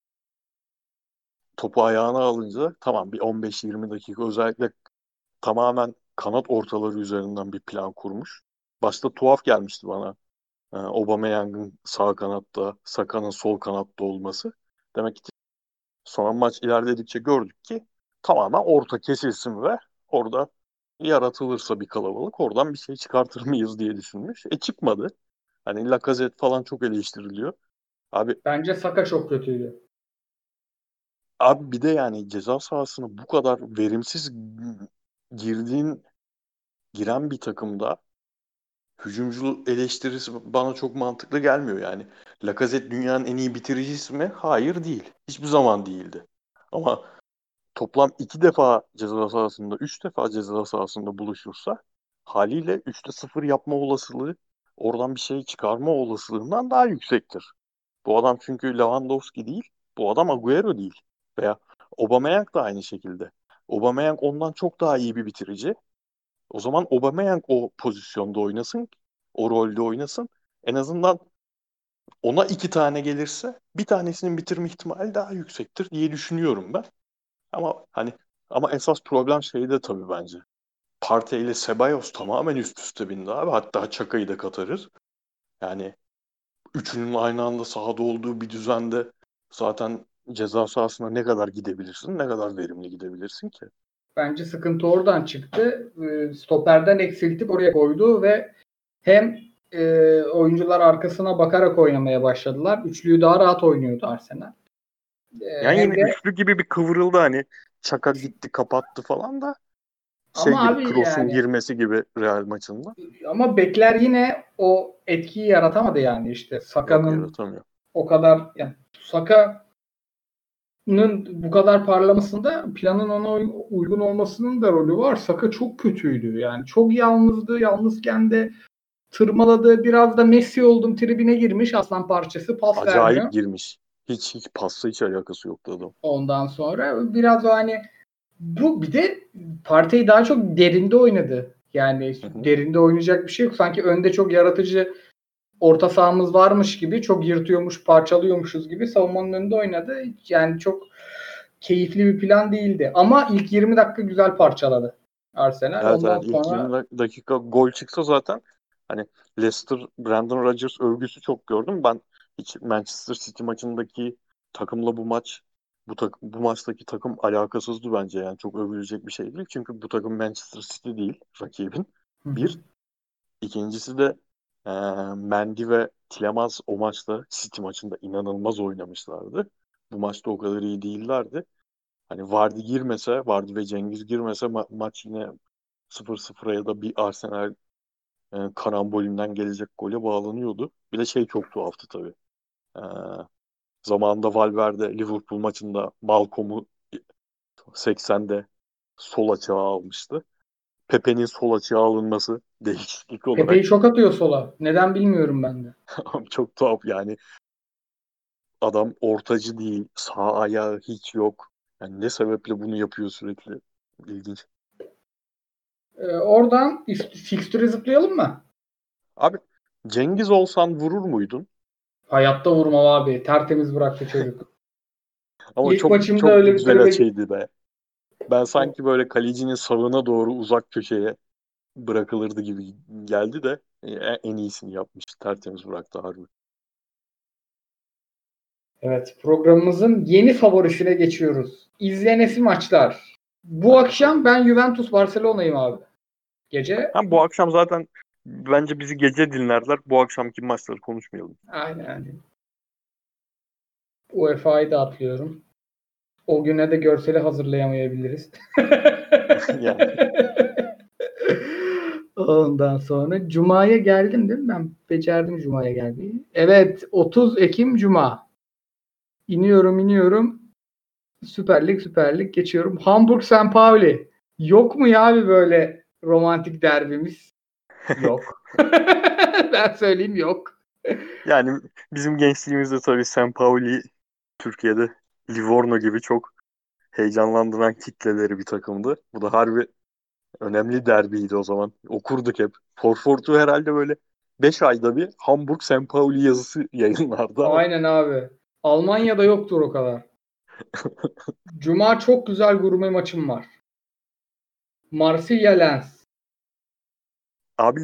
Topu ayağına alınca tamam, bir 15-20 dakika özellikle tamamen kanat ortaları üzerinden bir plan kurmuş. Başta tuhaf gelmişti bana. Aubameyang'ın sağ kanatta, Saka'nın sol kanatta olması. Demek ki sonra maç ilerledikçe gördük ki tamamen orta kesilsin ve orada yaratılırsa bir kalabalık oradan bir şey çıkartır mıyız diye düşünmüş. Çıkmadı. Hani Lacazette falan çok eleştiriliyor. Abi Bence Saka çok kötüydü. abi bir de yani ceza sahasına bu kadar verimsiz girdiğin giren bir takımda hücumcu eleştirisi bana çok mantıklı gelmiyor yani. Lacazette dünyanın en iyi bitiricisi mi? Hayır, değil. Hiçbir zaman değildi. Ama toplam 2 defa ceza sahasında, 3 defa ceza sahasında buluşursa haliyle 3'te 0 yapma olasılığı, oradan bir şey çıkarma olasılığından daha yüksektir. Bu adam çünkü Lewandowski değil, bu adam Agüero değil. Veya Aubameyang da aynı şekilde. Aubameyang ondan çok daha iyi bir bitirici. O zaman Aubameyang o pozisyonda oynasın, o rolde oynasın. En azından ona 2 tane gelirse bir tanesinin bitirme ihtimali daha yüksektir diye düşünüyorum ben. Ama esas problem şeyde tabii bence. Partey ile Ceballos tamamen üst üste bindi abi. Hatta Çaka'yı da katarız. Yani üçünün aynı anda sahada olduğu bir düzende zaten ceza sahasına ne kadar gidebilirsin, ne kadar verimli gidebilirsin ki? Bence sıkıntı oradan çıktı. Stoperden eksiltip oraya koydu ve hem oyuncular arkasına bakarak oynamaya başladılar. Üçlüyü daha rahat oynuyordu Arsenal. Yani Hem yine de üçlü gibi bir kıvrıldı, hani Çaka gitti kapattı falan da Şey Ama gibi, abi Kroos'un yani girmesi gibi Real maçında. ama bekler yine o etkiyi yaratamadı yani işte Yok, Saka'nın yaratamıyor. o kadar yani Saka'nın bu kadar parlamasında planın ona uygun olmasının da rolü var. Saka çok kötüydü yani. Çok yalnızdı. Yalnızken de tırmaladı. Biraz da Messi oldum tribine girmiş aslan parçası. Pas Acayip vermiyor. girmiş. Hiç pasla hiç alakası yoktu adam. Ondan sonra biraz o hani bu bir de Partey daha çok derinde oynadı. Yani Hı hı. derinde oynayacak bir şey yok. Sanki önde çok yaratıcı orta sahamız varmış gibi, çok yırtıyormuş, parçalıyormuşuz gibi savunmanın önünde oynadı. Yani çok keyifli bir plan değildi. Ama ilk 20 dakika güzel parçaladı Arsenal. Evet, Ondan evet, ilk sonra 20 dakika gol çıksa zaten hani Leicester Brandon Rodgers övgüsü çok gördüm. Ben hiç Manchester City maçındaki takımla bu maçtaki takım alakasızdı bence, yani çok övülecek bir şey değil. Çünkü bu takım Manchester City değil rakibin. hı hı. Bir. İkincisi de Mendy ve Tielemans o maçta, City maçında inanılmaz oynamışlardı. Bu maçta o kadar iyi değillerdi. Hani Vardy ve Cengiz girmese maç yine 0-0'a ya da bir Arsenal karambolünden gelecek gole bağlanıyordu. Bir de şey çok tuhaftı tabii. E, Zamanında Valverde Liverpool maçında Malcolm'u 80'de sol açığa almıştı. Pepe'nin sol açığa alınması değişiklik Pepe'yi olarak çok atıyor sola. Neden bilmiyorum ben de. çok tuhaf yani. Adam ortacı değil, sağ ayağı hiç yok. Yani ne sebeple bunu yapıyor sürekli? İlginç. Oradan fikstüre zıplayalım mı? Abi, Cengiz olsan vurur muydun? Hayatta vurmam abi. Tertemiz bıraktı çocuk. Ama İlk çok maçımda çok öyle bir güzel tribe açıydı be. Ben sanki böyle kalecinin sağına doğru uzak köşeye bırakılırdı gibi geldi de en iyisini yapmış. Tertemiz bıraktı harbi. Evet, programımızın yeni favorisine geçiyoruz. İzlenesi maçlar. Bu Hadi bakalım. akşam ben Juventus Barcelona'yım abi. Gece Hem bu akşam zaten bence bizi gece dinlerler. Bu akşamki maçları konuşmayalım. aynen. UEFA'yı da atlıyorum. O güne de görseli hazırlayamayabiliriz. Yani Ondan sonra Cuma'ya geldim değil mi? Ben becerdim Cuma'ya gelmeyi. Evet, 30 Ekim Cuma. İniyorum. Süper Lig geçiyorum. Hamburg St. Pauli. Yok mu ya bir böyle romantik derbimiz? Yok. Ben söyleyeyim yok. yani bizim gençliğimizde tabii Sampaoli Türkiye'de Livorno gibi çok heyecanlandıran kitleleri bir takımdı. Bu da harbi önemli derbiydi o zaman. Okurduk hep. Forfortu herhalde böyle 5 ayda bir Hamburg St. Pauli yazısı yayınlardı ama Aynen abi. Almanya'da yoktur o kadar. Cuma çok güzel gurme maçım var. Marsilya Lens. abi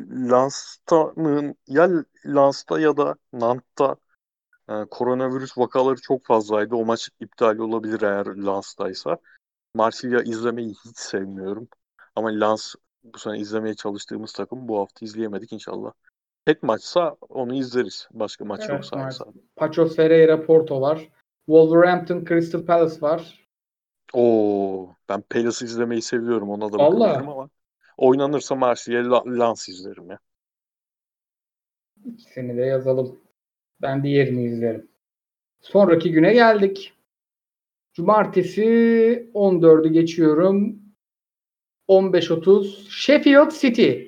Lens'ta ya da Nant'ta koronavirüs vakaları çok fazlaydı. O maç iptal olabilir eğer Lens'taysa. Marsilya izlemeyi hiç sevmiyorum. Ama Lens bu sene izlemeye çalıştığımız takım, bu hafta izleyemedik inşallah. Tek maçsa onu izleriz. Başka maç Evet, yoksa aynı maalesef. saat. Paços Ferreira Porto var. Wolverhampton Crystal Palace var. Oo, ben Palace izlemeyi seviyorum. Ona da bakabilirim Valla ama oynanırsa Marsilya Lens izlerim ya. ikisini de yazalım. Ben diğerini izlerim. Sonraki güne geldik. Cumartesi 14'ü geçiyorum. 15.30 Sheffield City.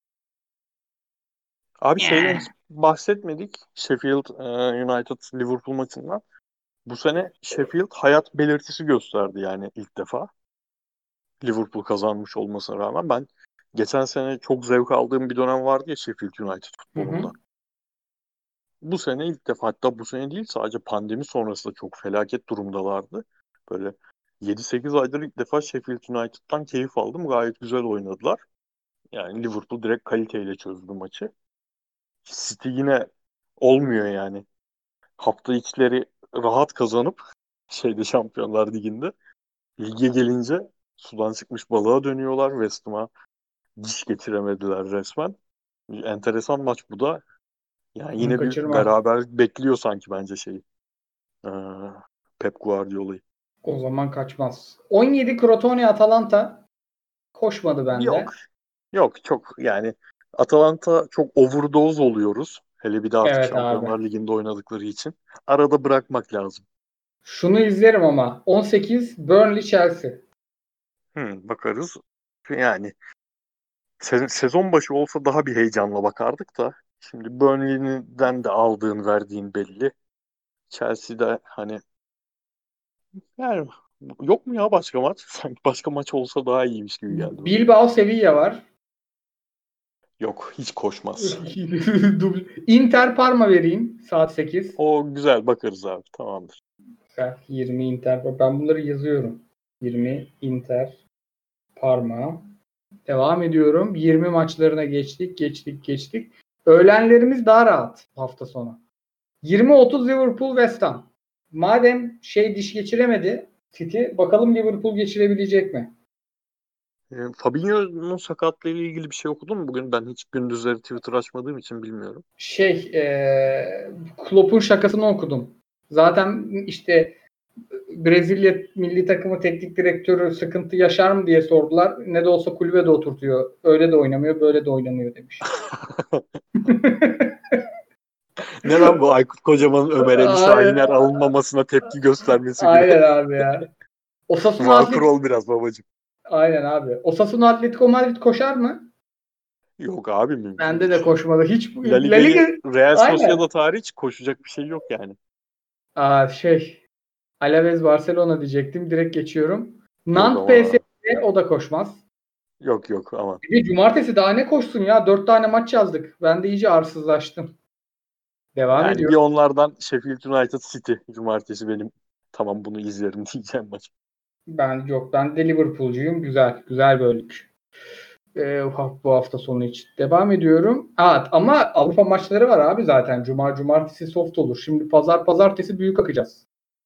Abi şeyden Yeah. hiç bahsetmedik. Sheffield United Liverpool maçından. Bu sene Sheffield hayat belirtisi gösterdi yani ilk defa. Liverpool kazanmış olmasına rağmen ben geçen sene çok zevk aldığım bir dönem vardı ya Sheffield United Hı hı. futbolunda. Bu sene ilk defa, hatta bu sene değil sadece pandemi sonrası da çok felaket durumdalardı. Böyle 7-8 aydır ilk defa Sheffield United'dan keyif aldım. Gayet güzel oynadılar. Yani Liverpool direkt kaliteyle çözdü maçı. City yine olmuyor yani. Hafta içleri rahat kazanıp Şampiyonlar Ligi'nde lige gelince sudan çıkmış balığa dönüyorlar. West Ham'a diş geçiremediler resmen. Enteresan maç bu da. Yani Bunu yine bir kaçırma. beraber bekliyor sanki bence Ee, Pep Guardiola'yı. O zaman kaçmaz. 17 Crotone Atalanta. Koşmadı Yok. bende. Yok çok yani Atalanta çok overdose oluyoruz. Hele bir de artık Evet abi. Şampiyonlar Ligi'nde oynadıkları için. Arada bırakmak lazım. Şunu izlerim ama. 18 Burnley Chelsea. Bakarız. Yani sezon başı olsa daha bir heyecanla bakardık da. Şimdi Burnley'den de aldığın verdiğin belli. Chelsea'de hani yani yok mu ya başka maç? Sanki başka maç olsa daha iyiymiş gibi geldi bana. Bilbao Sevilla var. Yok hiç koşmaz. Inter Parma vereyim. Saat 8. O güzel bakarız abi tamamdır. 20 Inter. Ben bunları yazıyorum. 20 Inter Parma. Devam ediyorum. 20 maçlarına geçtik. Öğlenlerimiz daha rahat hafta sonu. 20-30 Liverpool West Ham. Madem diş geçiremedi City, bakalım Liverpool geçirebilecek mi? Fabinho'nun sakatlığı ile ilgili bir şey okudun mu bugün? Ben hiç gündüzleri Twitter açmadığım için bilmiyorum. Klopp'un şakasını okudum. Zaten işte Brezilya milli takımı teknik direktörü sıkıntı yaşar mı diye sordular. Ne de olsa kulübe de oturtuyor. Öyle de oynamıyor, böyle de oynamıyor demiş. Ne lan bu Aykut Kocaman'ın Ömer Ali Aynen, Şahiner alınmamasına tepki göstermesi gibi. aynen abi ya. Osasuna Vakur Atlet ol biraz babacığım. Aynen abi. Osasuna Atletico Madrid koşar mı? Yok abi mümkün Bende de değil. koşmadı. Hiç La La Liga Liga'yı Real aynen. Sociedad hariç koşacak bir şey yok yani. Aa, Alaves Barcelona diyecektim. Direkt geçiyorum. Yok Nantes ama PSG o da koşmaz. yok ama. Bir de cumartesi daha ne koşsun ya? 4 tane maç yazdık. Ben de iyice arsızlaştım. Devam Yani bir ediyorum. onlardan Sheffield United City cumartesi benim tamam bunu izlerim diyeceğim maç. Ben de Liverpool'cuyum. Güzel. Güzel bölük. Bu hafta sonu için. Devam ediyorum. Ama Avrupa maçları var abi zaten. Cumartesi soft olur. Şimdi pazartesi büyük akacağız.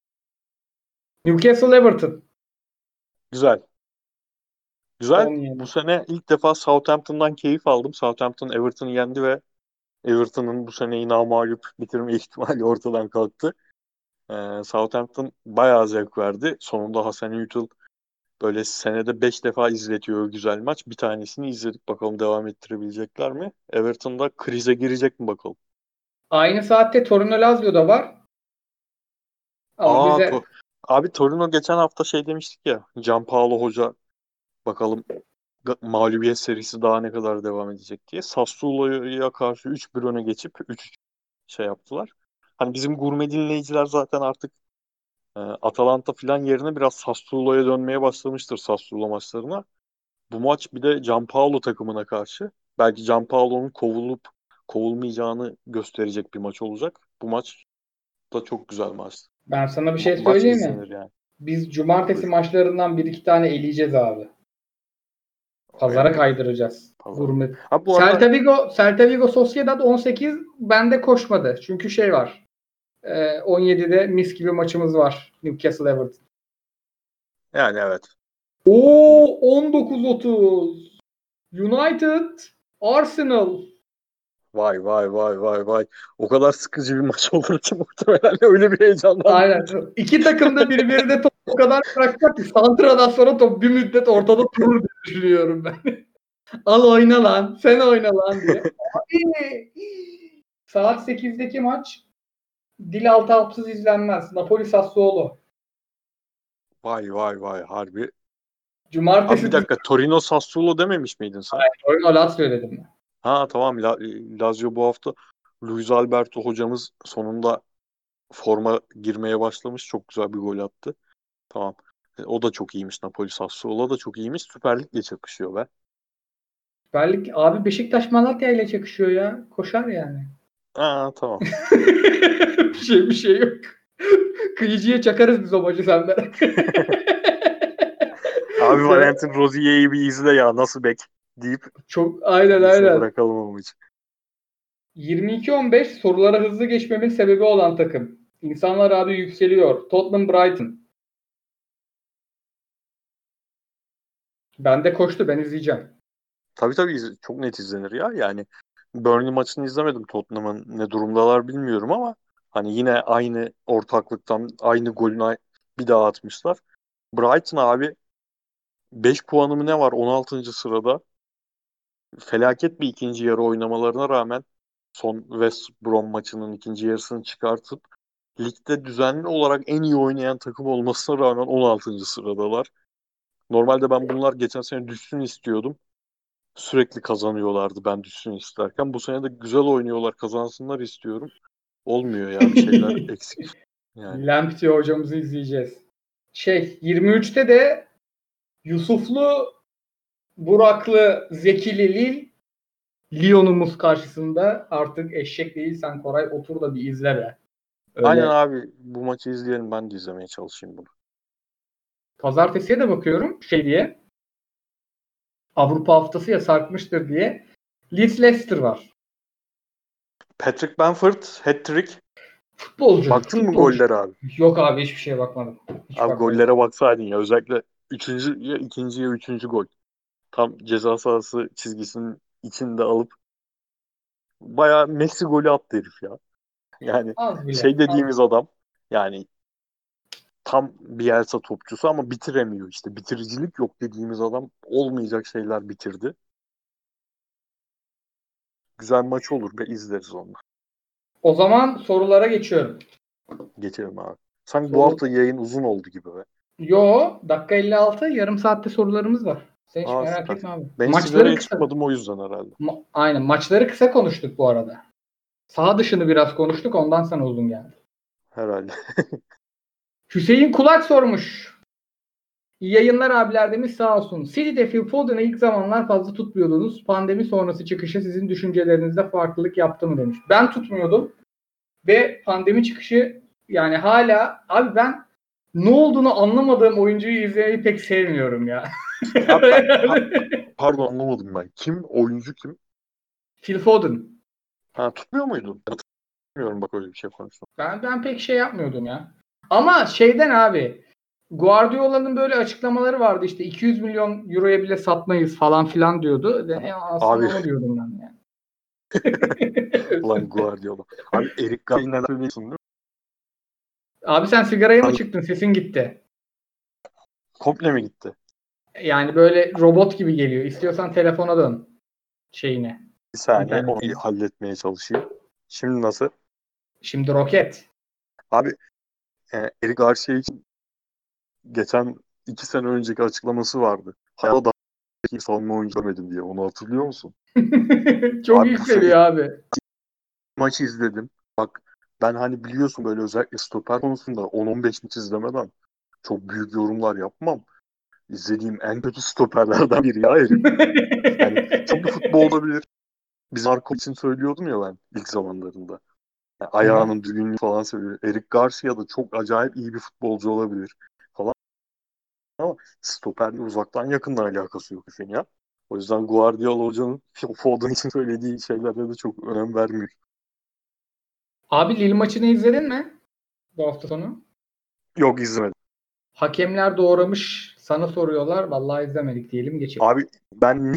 Newcastle Everton. Güzel. Güzel. 17. Bu sene ilk defa Southampton'dan keyif aldım. Southampton Everton'ı yendi ve Everton'ın bu seneyi namağlup bitirme ihtimali ortadan kalktı. Southampton bayağı zevk verdi. Sonunda Hasan Üttl böyle senede 5 defa izletiyor güzel maç. Bir tanesini izledik. Bakalım devam ettirebilecekler mi? Everton'da krize girecek mi bakalım? Aynı saatte Torino Lazio'da var. Ama Aa, bize abi Torino geçen hafta şey demiştik ya. Gianpaolo Hoca bakalım mağlubiyet serisi daha ne kadar devam edecek diye. Sassuolo'ya karşı 3-1 öne geçip 3 şey yaptılar. Hani bizim gurme dinleyiciler zaten artık Atalanta falan yerine biraz Sassuolo'ya dönmeye başlamıştır Sassuolo maçlarına. Bu maç bir de Gianpaolo takımına karşı. Belki Gianpaolo'nun kovulmayacağını gösterecek bir maç olacak. Bu maç da çok güzel maç. ben sana bir şey Maç söyleyeyim mi? izlenir yani. Biz cumartesi Buyur. maçlarından bir iki tane eleyeceğiz abi. Pazara Yani kaydıracağız. pazar. Gurme. Ha bu arada Celta Vigo Sociedad 18 bende koşmadı. Çünkü var. 17'de mis gibi maçımız var. Newcastle Everton. yani evet. Oo 19:30. United Arsenal. Vay. O kadar sıkıcı bir maç olur ki muhtemelen öyle bir heyecanlandım ki. Aynen. İki takım da birbirine top o kadar bırakacak ki santradan sonra top bir müddet ortada durur diye düşünüyorum ben. Al oyna lan. Sen oyna lan diye. Abi, saat 8'deki maç dil altı alpsız izlenmez. Napoli Sassuolo. Vay harbi. Abi bir Cumartesi dakika Torino Sassuolo dememiş miydin sen? oyna Lazio söyledim ben. Ha tamam Lazio bu hafta Luis Alberto hocamız sonunda forma girmeye başlamış. Çok güzel bir gol attı. Tamam. O da çok iyiymiş. Napoli Sassuolo da çok iyiymiş. Süper Lig'le çakışıyor be. Süper Lig abi Beşiktaş Malatya ile çakışıyor ya. Koşar yani. Ha tamam. Bir şey yok. Kıyıcıya çakarız biz o maçı sen merak Abi De- Valentin Rozier'i bir izle ya nasıl bek deyip Çok aynen. bırakalım o maçı. 22-15 sorulara hızlı geçmemin sebebi olan takım. İnsanlar abi yükseliyor. Tottenham Brighton. Bende koştu ben izleyeceğim. Tabii çok net izlenir ya. Yani Burnley maçını izlemedim. Tottenham'ın ne durumdalar bilmiyorum ama hani yine aynı ortaklıktan aynı golünü bir daha atmışlar. Brighton abi 5 puanı ne var 16. sırada. Felaket bir ikinci yarı oynamalarına rağmen son West Brom maçının ikinci yarısını çıkartıp ligde düzenli olarak en iyi oynayan takım olmasına rağmen 16. sıradalar. Normalde ben bunlar geçen sene düşsün istiyordum. Sürekli kazanıyorlardı ben düşsün isterken. Bu sene de güzel oynuyorlar, kazansınlar istiyorum. Olmuyor ya, bir şeyler eksik. Yani Lamptey hocamızı izleyeceğiz. 23'te de Yusuflu, Buraklı, Zekili Lyon'umuz karşısında artık eşek değilsen Koray otur da bir izle be. aynen Öyle. abi, bu maçı izleyelim, ben de izlemeye çalışayım bunu. Pazartesiye de bakıyorum diye. Avrupa haftası ya sarkmıştır diye. Leeds Leicester var. Patrick Bamford hat-trick. Futbolcu. Baktın mı gollere abi? Yok abi hiçbir şeye bakmadım. Hiç Abi bakmadım. gollere baksaydın ya, özellikle ikinci ya üçüncü gol. Tam ceza sahası çizgisinin içinde alıp bayağı Messi golü attı herif ya. Yani Az bile. şey dediğimiz adam, yani tam Bielsa topçusu ama bitiremiyor işte. Bitiricilik yok dediğimiz adam olmayacak şeyler bitirdi. Güzel maç olur ve izleriz onu. O zaman sorulara geçiyorum. Geçelim abi. Sanki bu Soru... hafta yayın uzun oldu gibi be. Yo, dakika 56, yarım saatte sorularımız var. Sen hiç Aa, merak süper. etme abi. Ben Maçları sigaraya kısa. çıkmadım o yüzden herhalde. Aynen. Maçları kısa konuştuk bu arada. Saha dışını biraz konuştuk. Ondan sana uzun geldi. Herhalde. Hüseyin Kulak sormuş. İyi yayınlar abiler demiş, sağ olsun. City'de Phil Foden'ı ilk zamanlar fazla tutmuyordunuz. Pandemi sonrası çıkışı sizin düşüncelerinizde farklılık yaptı mı demiş. Ben tutmuyordum. Ve pandemi çıkışı yani hala abi ben ne olduğunu anlamadığım oyuncuyu izlemeyi pek sevmiyorum ya. Abi pardon, anlamadım ben. Kim? Oyuncu kim? Phil Foden. Ha, tutmuyor muydun? Hatırlamıyorum bak, öyle bir şey konuştum. Ben pek şey yapmıyordum ya. Ama şeyden abi Guardiola'nın böyle açıklamaları vardı işte 200 milyon euroya bile satmayız falan filan diyordu. Abi Aslında o diyordum ben yani. ulan Guardiola. Abi Eric Garcia'yı neden söylüyorsun değil mi? Abi sen sigaraya mı çıktın? Sesin gitti. Komple mi gitti? Yani böyle robot gibi geliyor. İstiyorsan telefona dön şeyine. Bir saniye onu İnternetine. halletmeye çalışayım. Şimdi nasıl? Şimdi roket. Abi Eric Garcia için geçen 2 sene önceki açıklaması vardı. Hayata daha savunma oyuncu görmedim diye. Onu hatırlıyor musun? Çok Abi bu sene yükseliyor abi. maçı izledim. Bak, ben hani biliyorsun böyle özellikle stoper konusunda 10-15 maç izlemeden çok büyük yorumlar yapmam. İzlediğim en kötü stoperlerden biri ya herif. Yani çok iyi futbol olabilir. Biz Marco için söylüyordum ya ben ilk zamanlarında. Yani Aha. ayağının düzgünlüğü falan söylüyor. Eric Garcia da çok acayip iyi bir futbolcu olabilir falan. Ama stoperle uzaktan yakından alakası yok herifin ya. O yüzden Guardiola hocanın Foden için söylediği şeylere de çok önem vermiyor. Abi Lille maçını izledin mi? Bu hafta sonu. Yok, izlemedim. Hakemler doğramış. Sana soruyorlar. Vallahi izlemedik diyelim geçelim. Abi ben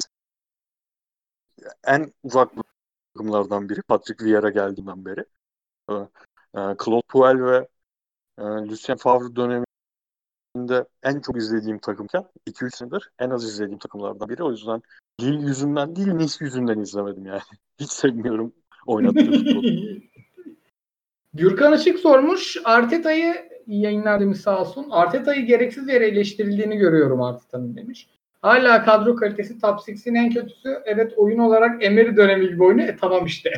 en uzak takımlardan biri Patrick Vieira geldiğinden beri. Claude Puel ve Lucien Favre döneminde en çok izlediğim takımken 2-3 senedir en az izlediğim takımlardan biri. O yüzden Lille yüzünden değil, Nice yüzünden izlemedim yani. Hiç sevmiyorum oynattığı futbolu. Gürkan Işık sormuş. Arteta'yı iyi yayınlar demiş sağ olsun. Arteta'yı gereksiz yere eleştirildiğini görüyorum Arteta'nın demiş. Hala kadro kalitesi top 6'in en kötüsü. Evet, oyun olarak Emery dönemi gibi oynuyor. Tamam işte.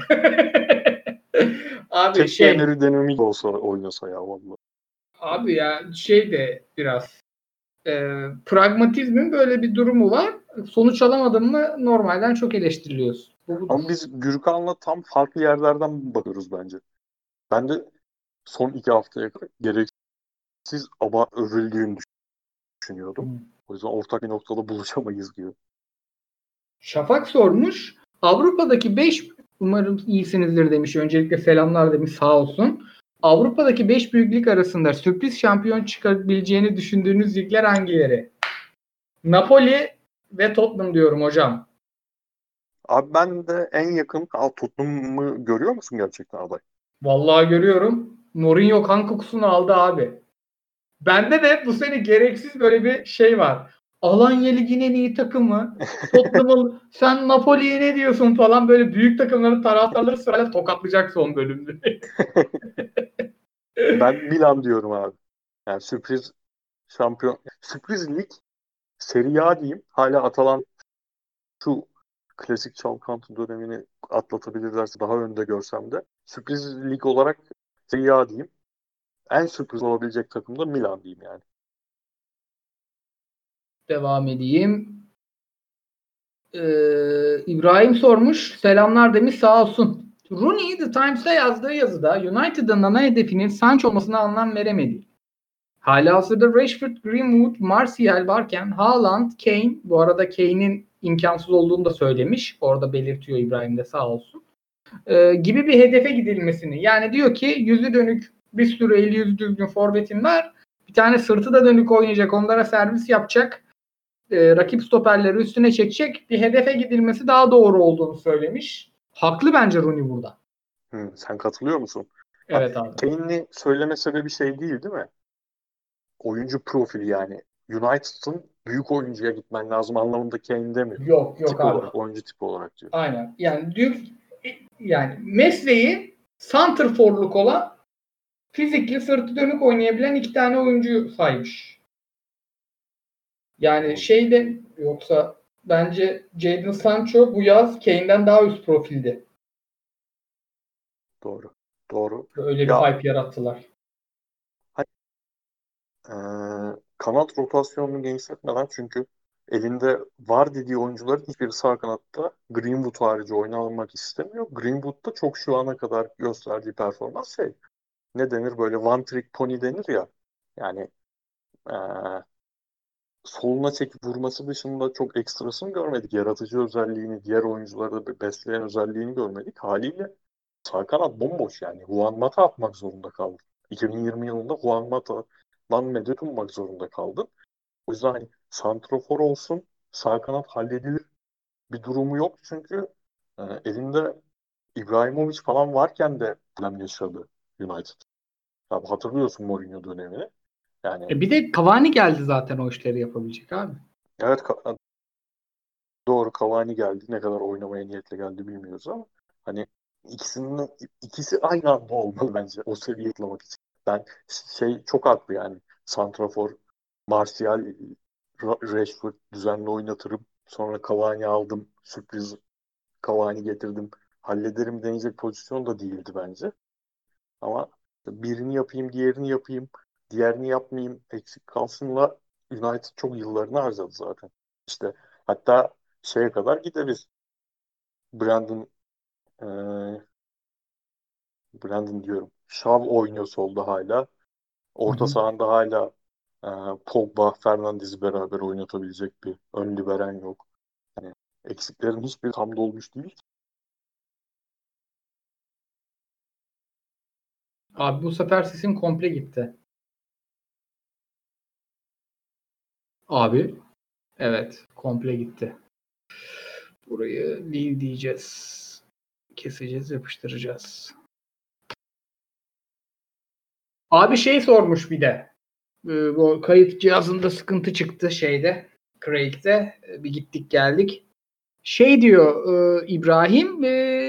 Abi Keşke Emery dönemi olsa, oynasa ya vallahi. Abi ya de biraz pragmatizmin böyle bir durumu var. Sonuç alamadın mı normalden çok eleştiriliyorsun. Bu budur. Ama biz Gürkan'la tam farklı yerlerden bakıyoruz bence. Ben de son 2 haftaya kadar gereksiz ama övüldüğünü düşünüyordum. O yüzden ortak bir noktada buluşamayız gibi. Şafak sormuş. Avrupa'daki 5 umarım iyisinizdir demiş. Öncelikle selamlar demiş sağ olsun. Avrupa'daki 5 büyük lig arasında sürpriz şampiyon çıkabileceğini düşündüğünüz ligler hangileri? Napoli ve Tottenham diyorum hocam. Abi ben de en yakın Tottenham'ı görüyor musun gerçekten aday? Vallahi görüyorum. Mourinho kan kokusunu aldı abi. Bende de bu sene gereksiz böyle bir şey var. Alanya Ligi'nin en iyi takımı. Tottenham'ın sen Napoli'ye ne diyorsun falan, böyle büyük takımların taraftarları sırayla tokatlayacak son bölümde. Ben Milan diyorum abi. Yani sürpriz şampiyon. Sürpriz lig Serie A diyeyim. Hala Atalanta şu klasik çalkantı dönemini atlatabilirlerse daha önde görsem de. Sürpriz lig olarak Serie A diyeyim. En sürpriz olabilecek takım da Milan diyeyim yani. Devam edeyim. İbrahim sormuş. Selamlar demiş, sağ olsun. Rooney The Times'ta yazdığı yazıda United'ın ana hedefinin Sancho olmasına anlam veremedi. Halihazırda Rashford, Greenwood, Martial varken Haaland, Kane, bu arada Kane'in imkansız olduğunu da söylemiş. Orada belirtiyor İbrahim de, sağ olsun. Gibi bir hedefe gidilmesini. Yani diyor ki yüzü dönük bir sürü eli yüzü düzgün forvetin var. Bir tane sırtı da dönük oynayacak. Onlara servis yapacak. Rakip stoperleri üstüne çekecek bir hedefe gidilmesi daha doğru olduğunu söylemiş. Haklı bence Rooney burada. Sen katılıyor musun? Evet abi. Kane'i söyleme sebebi şey değil mi? Oyuncu profili yani. United'ın büyük oyuncuya gitmen lazım anlamında Kane demiyor. Yok Tip abi. olarak, oyuncu tipi olarak diyor. Aynen. Yani diyor, yani mesleği santrforluk olan, fizikli, sırtı dönük oynayabilen iki tane oyuncu saymış. Yani şeyde, yoksa bence Jadon Sancho bu yaz Kane'den daha üst profildi. Doğru. Doğru. Öyle bir Ya hype yarattılar. e, kanat rotasyonunu genişletmeden çünkü elinde var dediği oyuncuların hiçbiri sağ kanatta Greenwood harici oynamak istemiyor. Greenwood da çok şu ana kadar gösterdiği performans şey ne denir böyle one trick pony denir ya yani e, soluna çekip vurması dışında çok ekstrasını görmedik. Yaratıcı özelliğini, diğer oyuncuları da besleyen özelliğini görmedik. Haliyle sağ kanat bomboş yani. Juan Mata atmak zorunda kaldı. 2020 yılında Juan Mata'dan medet ummak zorunda kaldı. O yüzden hani santrofor olsun, sağ kanat halledilir bir durumu yok. Çünkü elinde İbrahimovic falan varken de problem yaşadı United. Abi hatırlıyorsun Mourinho dönemini. Yani Bir de Cavani geldi zaten o işleri yapabilecek abi. evet doğru Cavani geldi. Ne kadar oynamaya niyetle geldi bilmiyoruz ama hani ikisi aynı anda olmalı bence o seviyeye atlamak için. Ben şey çok haklı yani. Santrafor, Martial, Rashford düzenli oynatırım. Sonra Cavani aldım. Sürpriz Cavani getirdim. Hallederim deneyecek pozisyon da değildi bence. Ama birini yapayım, diğerini yapayım, diğerini yapmayayım, eksik kalsınla United çok yıllarını harcadı zaten. İşte hatta şeye kadar gideriz. Brandon e, Brandon diyorum. Shaw oynuyor solda hala. Hı Orta hı. sahanda hala e, Pogba, Fernandez'i beraber oynatabilecek bir ön liberen yok. Yani eksiklerin hiçbiri tam dolmuş değil. Abi bu sefer sesin komple gitti. Abi evet, komple gitti. Burayı leave diyeceğiz. Keseceğiz, yapıştıracağız. Abi şey sormuş bir de. Bu kayıt cihazında sıkıntı çıktı şeyde. Craig'de. Bir gittik geldik. Şey diyor İbrahim,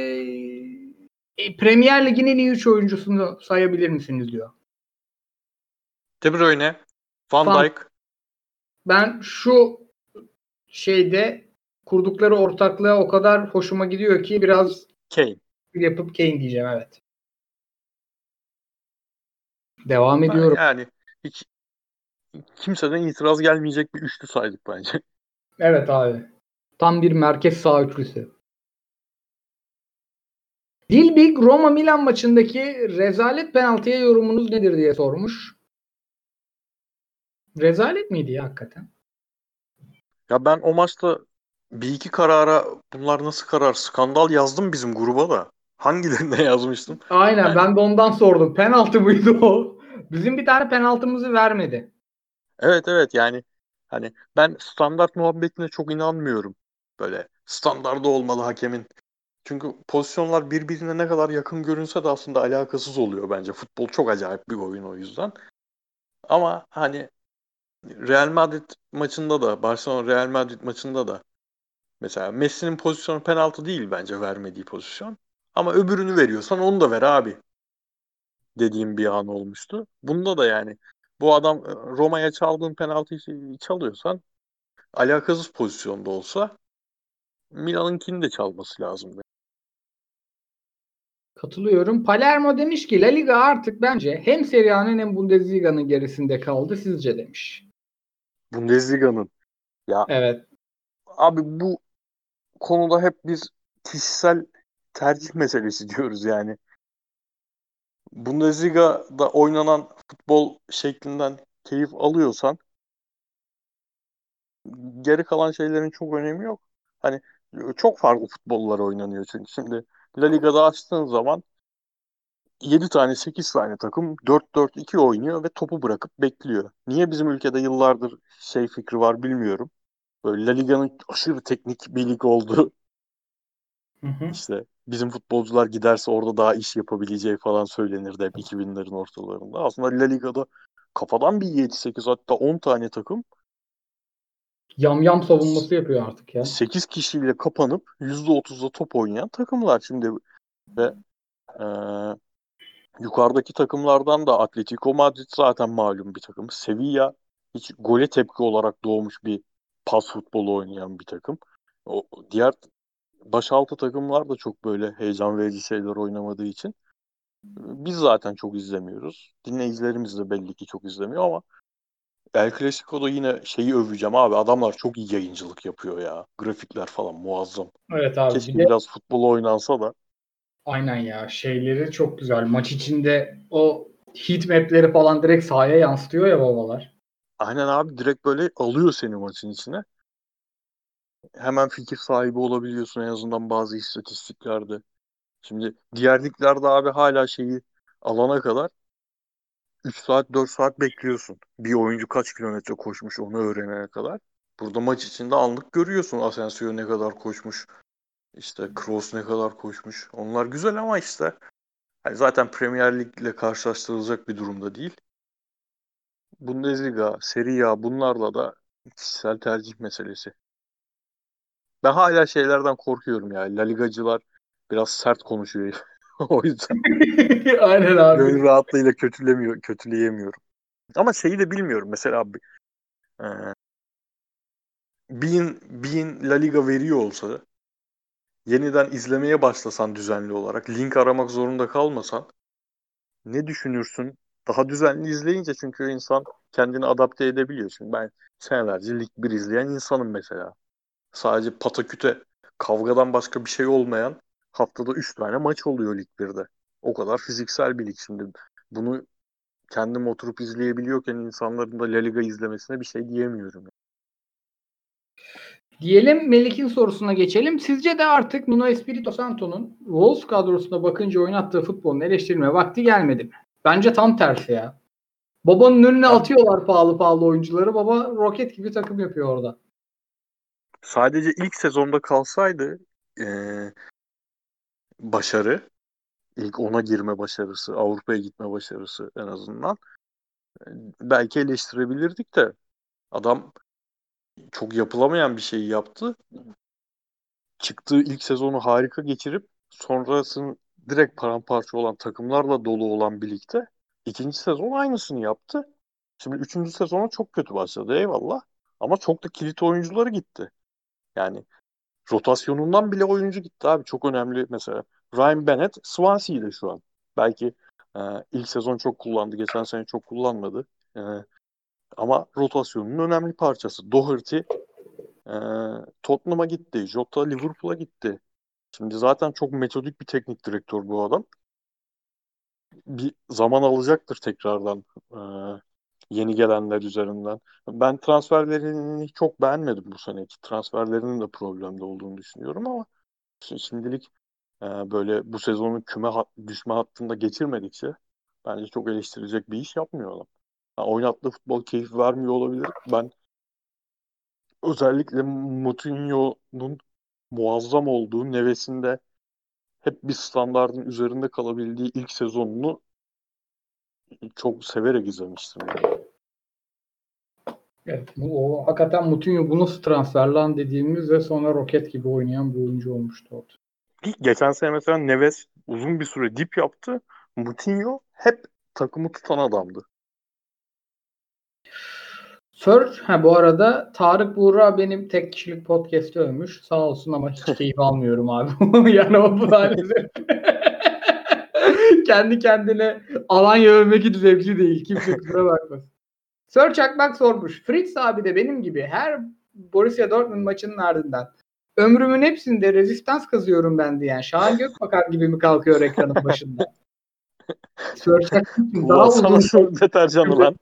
Premier Lig'in en iyi 3 oyuncusunu sayabilir misiniz diyor. De Bruyne, Van Fan, Dijk, ben şu şeyde kurdukları ortaklığa o kadar hoşuma gidiyor ki biraz Kane. yapıp Kane diyeceğim, evet. Devam ediyorum. Yani hiç kimseden itiraz gelmeyecek bir üçlü saydık bence. Evet abi. Tam bir merkez sağ üçlüsü. Dilbig Roma Milan maçındaki rezalet penaltıya yorumunuz nedir diye sormuş. Rezalet miydi ya hakikaten? Ya ben o maçta bir iki karara bunlar nasıl karar skandal yazdım bizim gruba da. Hangilerine yazmıştım? Aynen, Yani ben de ondan sordum. Penaltı mıydı o? Bizim bir tane penaltımızı vermedi. evet yani hani ben standart muhabbetine çok inanmıyorum. Böyle standarda olmalı hakemin. Çünkü pozisyonlar birbirine ne kadar yakın görünse de aslında alakasız oluyor bence. Futbol çok acayip bir oyun o yüzden. Ama hani Real Madrid maçında da, Barcelona Real Madrid maçında da mesela Messi'nin pozisyonu penaltı değil bence, vermediği pozisyon. Ama öbürünü veriyorsan onu da ver abi dediğim bir an olmuştu. Bunda da yani bu adam Roma'ya çaldığın penaltıyı çalıyorsan, alakasız pozisyonda olsa Milan'ınkini de çalması lazım. Katılıyorum. Palermo demiş ki La Liga artık bence hem Serie A'nın hem Bundesliga'nın gerisinde kaldı sizce demiş. Bundesliga'nın, ya Evet. abi bu konuda hep biz kişisel tercih meselesi diyoruz yani. Bundesliga'da oynanan futbol şeklinden keyif alıyorsan geri kalan şeylerin çok önemi yok. Hani çok farklı futbollar oynanıyor çünkü. Şimdi La Liga'da açtığın zaman 7 tane 8 tane takım 4-4-2 oynuyor ve topu bırakıp bekliyor. Niye bizim ülkede yıllardır şey fikri var bilmiyorum. Böyle La Liga'nın aşırı teknik bir lig olduğu, Hı hı. işte bizim futbolcular giderse orada daha iş yapabileceği falan söylenirdi hep 2000'lerin ortalarında. Aslında La Liga'da kafadan bir 7-8 hatta 10 tane takım Yam savunması yapıyor artık ya. 8 kişiyle kapanıp %30'da top oynayan takımlar. Şimdi ve e, yukarıdaki takımlardan da Atletico Madrid zaten malum bir takım. Sevilla hiç gole tepki olarak doğmuş bir pas futbolu oynayan bir takım. O diğer başaltı takımlar da çok böyle heyecan verici şeyler oynamadığı için biz zaten çok izlemiyoruz. Dinleyicilerimiz de belli ki çok izlemiyor ama El Clasico'da yine şeyi öveceğim abi. Adamlar çok iyi yayıncılık yapıyor ya. Grafikler falan muazzam. Evet abi. Bir Keşke de biraz futbol oynansa da. aynen ya şeyleri çok güzel. Maç içinde o heat map'leri falan direkt sahaya yansıtıyor ya babalar. Aynen abi, direkt böyle alıyor seni maçın içine. Hemen fikir sahibi olabiliyorsun en azından bazı istatistiklerde. Şimdi diğer liglerde abi hala şeyi alana kadar 3 saat 4 saat bekliyorsun. Bir oyuncu kaç kilometre koşmuş onu öğrenene kadar. Burada maç içinde anlık görüyorsun Asensio ne kadar koşmuş. İşte Kroos ne kadar koşmuş. Onlar güzel ama işte hani zaten Premier Lig ile karşılaştırılacak bir durumda değil. Bundesliga, Serie A bunlarla da kişisel tercih meselesi. Ben hala şeylerden korkuyorum ya. La Ligacılar biraz sert konuşuyor. O yüzden Aynen abi. gönül rahatlığıyla kötüleyemiyorum. Ama şeyi de bilmiyorum. Mesela e, Bein La Liga veriyor olsa, yeniden izlemeye başlasan düzenli olarak, link aramak zorunda kalmasan ne düşünürsün? Daha düzenli izleyince çünkü insan kendini adapte edebiliyor. Şimdi ben senelerce Lig bir izleyen insanım mesela. Sadece pataküte kavgadan başka bir şey olmayan haftada 3 tane maç oluyor Lig 1'de. O kadar fiziksel bir lig şimdi. Bunu kendim oturup izleyebiliyorken insanların da La Liga izlemesine bir şey diyemiyorum. Diyelim Melik'in sorusuna geçelim. Sizce de artık Nuno Espirito Santo'nun Wolves kadrosuna bakınca oynattığı futbolun eleştirilme vakti gelmedi mi? Bence tam tersi ya. Babanın önüne Ben atıyorlar pahalı pahalı oyuncuları. Baba roket gibi takım yapıyor orada. sadece ilk sezonda kalsaydı eee, başarı, ilk ona girme başarısı, Avrupa'ya gitme başarısı en azından belki eleştirebilirdik de adam çok yapılamayan bir şeyi yaptı. Çıktığı ilk sezonu harika geçirip sonrasını direkt paramparça olan takımlarla dolu olan birlikte ikinci sezon aynısını yaptı. Şimdi üçüncü sezona çok kötü başladı eyvallah. Ama çok da kilit oyuncuları gitti. Yani rotasyonundan bile oyuncu gitti abi. Çok önemli mesela. Ryan Bennett Swansea'de şu an. Belki ilk sezon çok kullandı. Geçen sene çok kullanmadı. Ama rotasyonun önemli parçası. Doherty e, Tottenham'a gitti. Jota Liverpool'a gitti. Şimdi zaten çok metodik bir teknik direktör bu adam. Bir zaman alacaktır tekrardan e, yeni gelenler üzerinden. Ben transferlerini çok beğenmedim bu seneki. Transferlerinin de problemli olduğunu düşünüyorum ama şimdilik böyle bu sezonu düşme hattında geçirmedikçe bence çok eleştirilecek bir iş yapmıyor adam. Ha, oynattığı futbol keyif vermiyor olabilir. Ben özellikle Moutinho'nun muazzam olduğu, Neves'in hep bir standardın üzerinde kalabildiği ilk sezonunu çok severek izlemiştim yani. Evet, o hakikaten Moutinho bu nasıl transfer lan dediğimiz ve sonra roket gibi oynayan bir oyuncu olmuştu orada. Geçen sene mesela Neves uzun bir süre dip yaptı. Moutinho hep takımı tutan adamdı. Bu arada Tarık Buğra benim tek kişilik podcast'ı övmüş. Sağ olsun ama hiç keyif almıyorum abi. Yani o bu maalesef. Kendi kendine Alanya övmek hiç zevkli değil. Kimse kusura bakmasın. Sir Çakmak sormuş. Fritz abi de benim gibi her Borussia Dortmund maçının ardından ömrümün hepsinde rezistans kazıyorum ben diyen Şahan Gökbakar gibi mi kalkıyor ekranın başında? Sir Çakmak daha Kullansana uzun. şu deterjanı lan.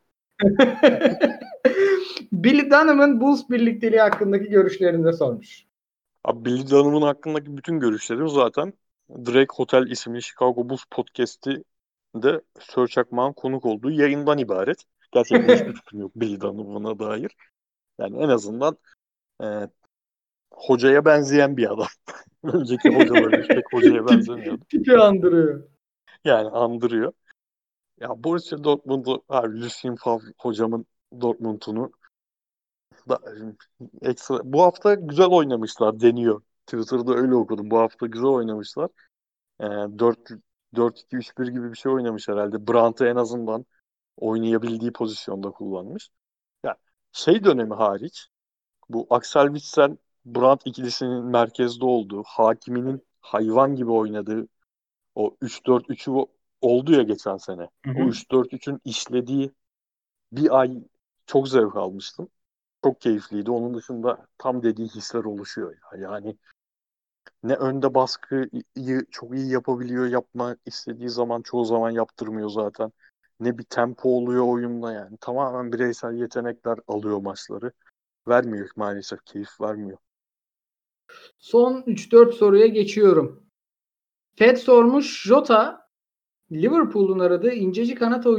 Billy Dunham'ın Bulls birlikteliği hakkındaki görüşlerini de sormuş. Abi Billy Dunham'ın hakkındaki bütün görüşlerim zaten Drake Hotel isimli Chicago Bulls podcast'i de Sir Çakmak'ın konuk olduğu yayından ibaret. Gerçekten hiçbir fikrim yok Billy Dunham'a dair. Yani en azından e, hocaya benzeyen bir adam. Önceki hocaları hiç pek hocaya benzemiyordu. Tipi andırıyor. Yani andırıyor. Ya Borussia Dortmund'u abi Lucien Favre hocamın Dortmund'unu da, ekstra bu hafta güzel oynamışlar deniyor. Twitter'da öyle okudum. Bu hafta güzel oynamışlar. 4 4-2-3-1 gibi bir şey oynamış herhalde. Brandt'ı en azından oynayabildiği pozisyonda kullanmış. Ya şey dönemi hariç bu Axel Witsel Brandt ikilisinin merkezde olduğu, Hakimi'nin hayvan gibi oynadığı o 3-4-3'ü oldu ya geçen sene. Hı O hı. 3-4-3'ün işlediği bir ay çok zevk almıştım. Çok keyifliydi. Onun dışında tam dediği hisler oluşuyor ya. Yani ne önde baskıyı çok iyi yapabiliyor, yapma istediği zaman çoğu zaman yaptırmıyor zaten. Ne bir tempo oluyor oyunda yani. Tamamen bireysel yetenekler alıyor maçları. Vermiyor maalesef, keyif vermiyor. Son 3-4 soruya geçiyorum. Fed sormuş. Jota Liverpool'un aradığı inceci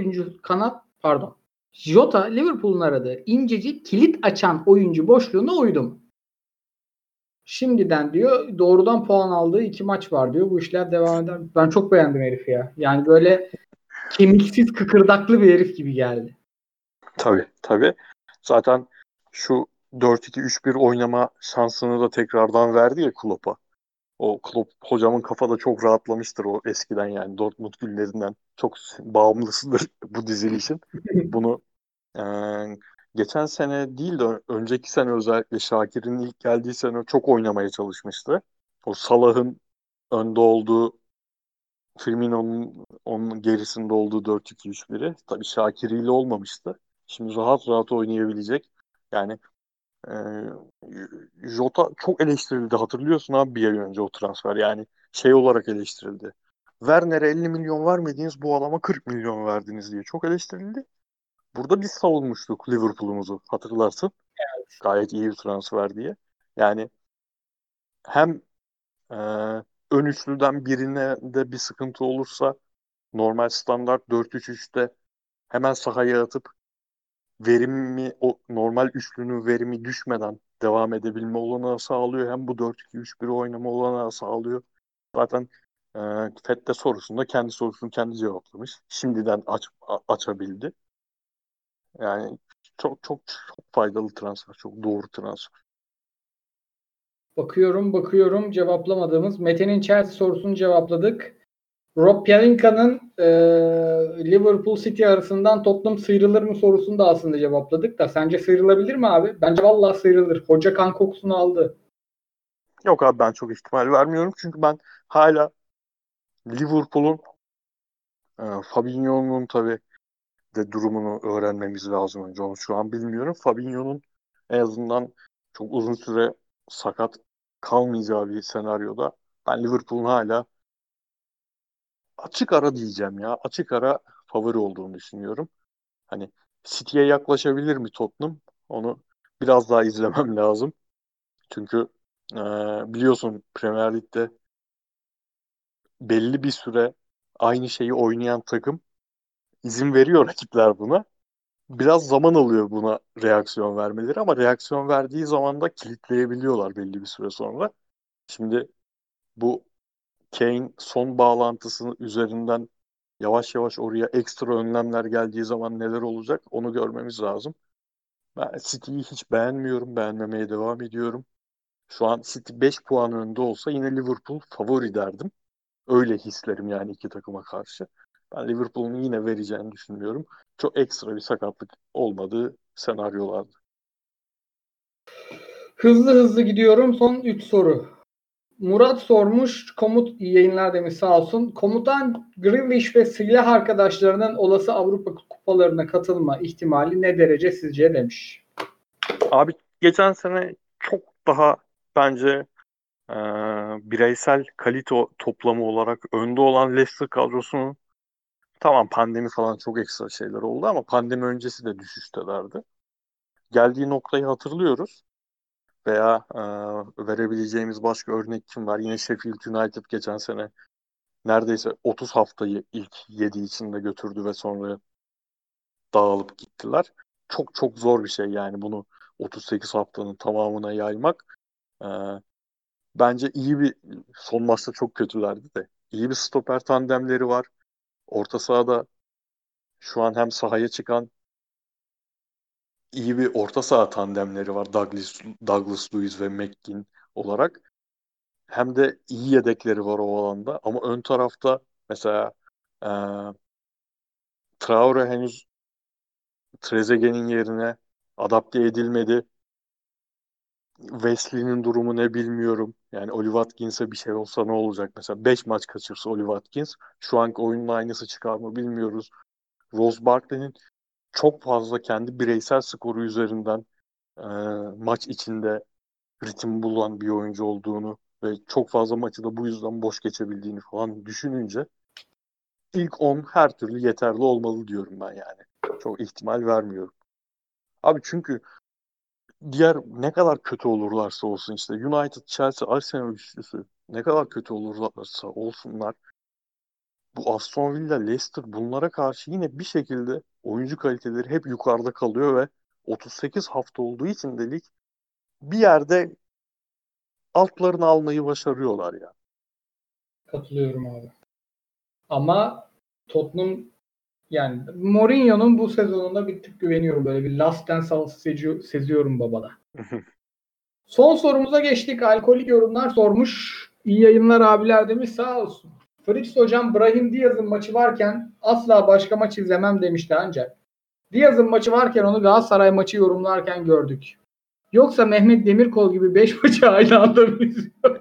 Jota Liverpool'un aradığı inceci kilit açan oyuncu boşluğuna uydu mu? Şimdiden diyor doğrudan puan aldığı 2 maç var diyor. Bu işler devam eder. Ben çok beğendim herifi ya. Yani böyle kemiksiz kıkırdaklı bir herif gibi geldi. Tabii tabii. Zaten şu 4-2-3-1 oynama şansını da tekrardan verdi ya Klopp'a. O Klopp hocamın kafada çok rahatlamıştır o eskiden yani Dortmund günlerinden. Çok bağımlısıdır bu dizilişin. Bunu geçen sene değil de önceki sene özellikle Şakir'in ilk geldiği sene çok oynamaya çalışmıştı. O Salah'ın önde olduğu Firmino'nun onun gerisinde olduğu 4-2-3-1'i tabii Şakir ile olmamıştı. Şimdi rahat rahat oynayabilecek. Yani e, Jota çok eleştirildi. Hatırlıyorsun abi bir ay önce o transfer. Yani şey olarak eleştirildi. Werner'e 50 milyon vermediniz bu adama 40 milyon verdiniz diye çok eleştirildi. Burada biz savunmuştuk Liverpool'umuzu hatırlarsın. Gayet iyi bir transfer diye. Yani hem e, ön üçlüden birine de bir sıkıntı olursa normal standart 4-3-3'te hemen sahaya atıp verimi o normal üçlünün verimi düşmeden devam edebilme olanağı sağlıyor. Hem bu 4-2-3-1 oynama olanağı sağlıyor. Zaten e, Fette sorusunda kendi sorusunu kendi cevaplamış. Şimdiden açabildi. Yani çok faydalı transfer. Çok doğru transfer. Bakıyorum cevaplamadığımız. Mete'nin Chelsea sorusunu cevapladık. Rob Pelinka'nın Liverpool City arasından Tottenham sıyrılır mı sorusunu da aslında cevapladık da sence sıyrılabilir mi abi? Bence vallahi sıyrılır. Hoca kan kokusunu aldı. Yok abi ben çok ihtimal vermiyorum. Çünkü ben hala Liverpool'un Fabinho'nun tabii de durumunu öğrenmemiz lazım önce. Onu şu an bilmiyorum. Fabinho'nun en azından çok uzun süre sakat kalmayacağı bir senaryoda ben Liverpool'un hala açık ara diyeceğim ya. Açık ara favori olduğunu düşünüyorum. Hani City'ye yaklaşabilir mi Tottenham? Onu biraz daha izlemem lazım. Çünkü e, biliyorsun Premier Lig'de belli bir süre aynı şeyi oynayan takım izin veriyor rakipler buna. Biraz zaman alıyor buna reaksiyon vermeleri ama reaksiyon verdiği zaman da kilitleyebiliyorlar belli bir süre sonra. Şimdi bu Kane son bağlantısı üzerinden yavaş yavaş oraya ekstra önlemler geldiği zaman neler olacak onu görmemiz lazım. Ben City'yi hiç beğenmiyorum. Beğenmemeye devam ediyorum. Şu an City 5 puan önde olsa yine Liverpool favori derdim. Öyle hislerim yani iki takıma karşı. Ben Liverpool'un yine vereceğini düşünmüyorum. Çok ekstra bir sakatlık olmadığı senaryolarda. Hızlı hızlı gidiyorum. Son 3 soru. Murat sormuş. Komut iyi yayınlar demiş sağ olsun. Komutan Grealish ve silah arkadaşlarının olası Avrupa kupalarına katılma ihtimali ne derece sizce demiş. Abi geçen sene çok daha bence e, bireysel kalite toplamı olarak önde olan Leicester kadrosunun tamam pandemi falan çok ekstra şeyler oldu ama pandemi öncesi de düşüştelerdi. Geldiği noktayı hatırlıyoruz. Veya verebileceğimiz başka örnek kim var? Yine Sheffield United geçen sene neredeyse 30 haftayı ilk 7 içinde götürdü ve sonra dağılıp gittiler. Çok çok zor bir şey yani bunu 38 haftanın tamamına yaymak. E, Bence iyi bir son maçta çok kötülerdi de. İyi bir stoper tandemleri var. Orta sahada şu an hem sahaya çıkan iyi bir orta saha tandemleri var. Douglas Luiz ve McGinn olarak. Hem de iyi yedekleri var o alanda. Ama ön tarafta mesela e, Traore henüz Trezeguet'in yerine adapte edilmedi. Wesley'nin durumu ne bilmiyorum. Yani Oli Watkins'e bir şey olsa ne olacak? Mesela 5 maç kaçırsa Oli Watkins şu anki oyunun aynısı çıkar mı bilmiyoruz. Ross Barkley'nin çok fazla kendi bireysel skoru üzerinden e, maç içinde ritim bulan bir oyuncu olduğunu ve çok fazla maçı da bu yüzden boş geçebildiğini falan düşününce ilk 10 her türlü yeterli olmalı diyorum ben yani. Çok ihtimal vermiyorum. Abi çünkü diğer ne kadar kötü olurlarsa olsun işte United, Chelsea, Arsenal üçlüsü ne kadar kötü olurlarsa olsunlar bu Aston Villa, Leicester bunlara karşı yine bir şekilde oyuncu kaliteleri hep yukarıda kalıyor ve 38 hafta olduğu için de lig bir yerde altlarını almayı başarıyorlar ya. Katılıyorum abi. Ama Tottenham yani Mourinho'nun bu sezonunda bir tık güveniyorum. Böyle bir last dance havası seziyorum babada. Son sorumuza geçtik. Alkolik yorumlar sormuş. İyi yayınlar abiler demiş sağ olsun. Fritz hocam Brahim Diaz'ın maçı varken asla başka maç izlemem demişti ancak Diaz'ın maçı varken onu Galatasaray maçı yorumlarken gördük. Yoksa Mehmet Demirkol gibi 5 maçı aynı anda mı izliyor?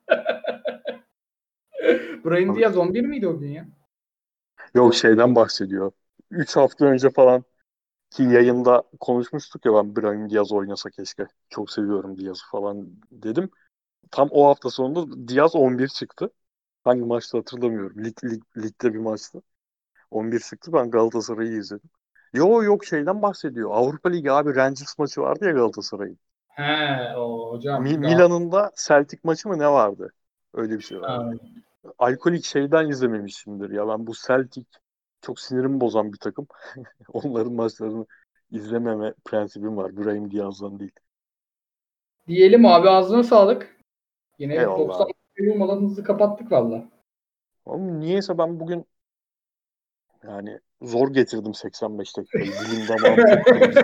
Brahim Diaz 11 miydi o gün ya? Yok şeyden bahsediyor. 3 hafta önce falan ki yayında konuşmuştuk ya ben Brahim Diaz oynasa keşke. Çok seviyorum Diaz'ı falan dedim. Tam o hafta sonunda Diaz 11 çıktı. Hangi maçta hatırlamıyorum. Ligde bir maçtı. 11 çıktı. Ben Galatasaray'ı izledim. Yok şeyden bahsediyor. Avrupa Ligi abi Rangers maçı vardı ya Galatasaray'ın. He o hocam. Milan'ın da Celtic maçı mı ne vardı? Öyle bir şey vardı. Ha, Alkolik şeyden izlememişimdir ya. Ben bu Celtic çok sinirimi bozan bir takım. Onların maçlarını izlememe prensibim var. Brahim Diaz'dan değil. diyelim abi ağzına sağlık. Yine Eyvallah 90 abi. olmadan hızlı kapattık valla. Ama niyeyse ben bugün yani zor getirdim 85 dakikayı. Dilim damağım çok kurudu.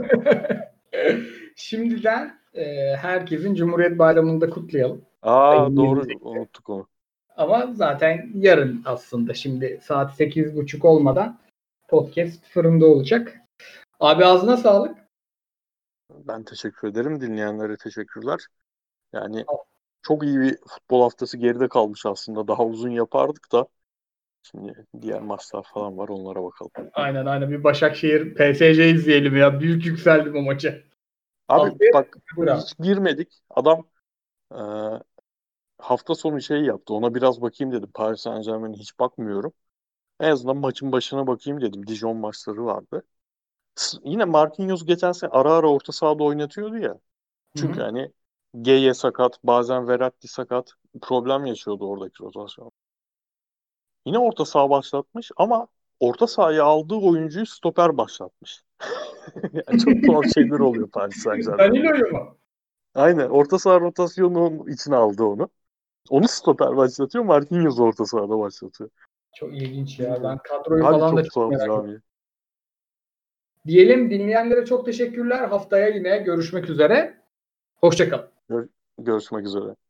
Şimdiden herkesin Cumhuriyet Bayramı'nı da kutlayalım. Aa Ayın doğru 28'i. unuttuk onu. Ama zaten yarın aslında şimdi saat 8.30 olmadan podcast fırında olacak. Abi ağzına sağlık. Ben teşekkür ederim. Dinleyenlere teşekkürler. Yani çok iyi bir futbol haftası geride kalmış aslında. Daha uzun yapardık da. Şimdi diğer maçlar falan var onlara bakalım. Aynen bir Başakşehir PSG izleyelim ya. Büyük yükseldim o maça. Abi Haftaya bak bravo. hiç girmedik. Adam e, hafta sonu şey yaptı. Ona biraz bakayım dedim. Paris Saint-Germain'e hiç bakmıyorum. En azından maçın başına bakayım dedim. Dijon maçları vardı. Yine Marquinhos geçen sene ara ara orta sahada oynatıyordu ya. Hı Çünkü hı. hani Geye sakat, bazen Verratti sakat. Problem yaşıyordu oradaki rotasyon. Yine orta saha başlatmış ama orta sahaya aldığı oyuncuyu stoper başlatmış. Yani çok tuhaf şeyler oluyor Paris Saint-Germain'de. Danilo'yu mu? Aynen. Orta saha rotasyonunun içine aldı onu. Onu stoper başlatıyor. Marquinhos orta sahada başlatıyor. Çok ilginç ya. Ben Bilmiyorum. kadroyu Abi falan da çok çok tuhaf merak ediyorum. cami. Diyelim, dinleyenlere çok teşekkürler. Haftaya yine görüşmek üzere. Hoşça kalın. Görüşmek üzere.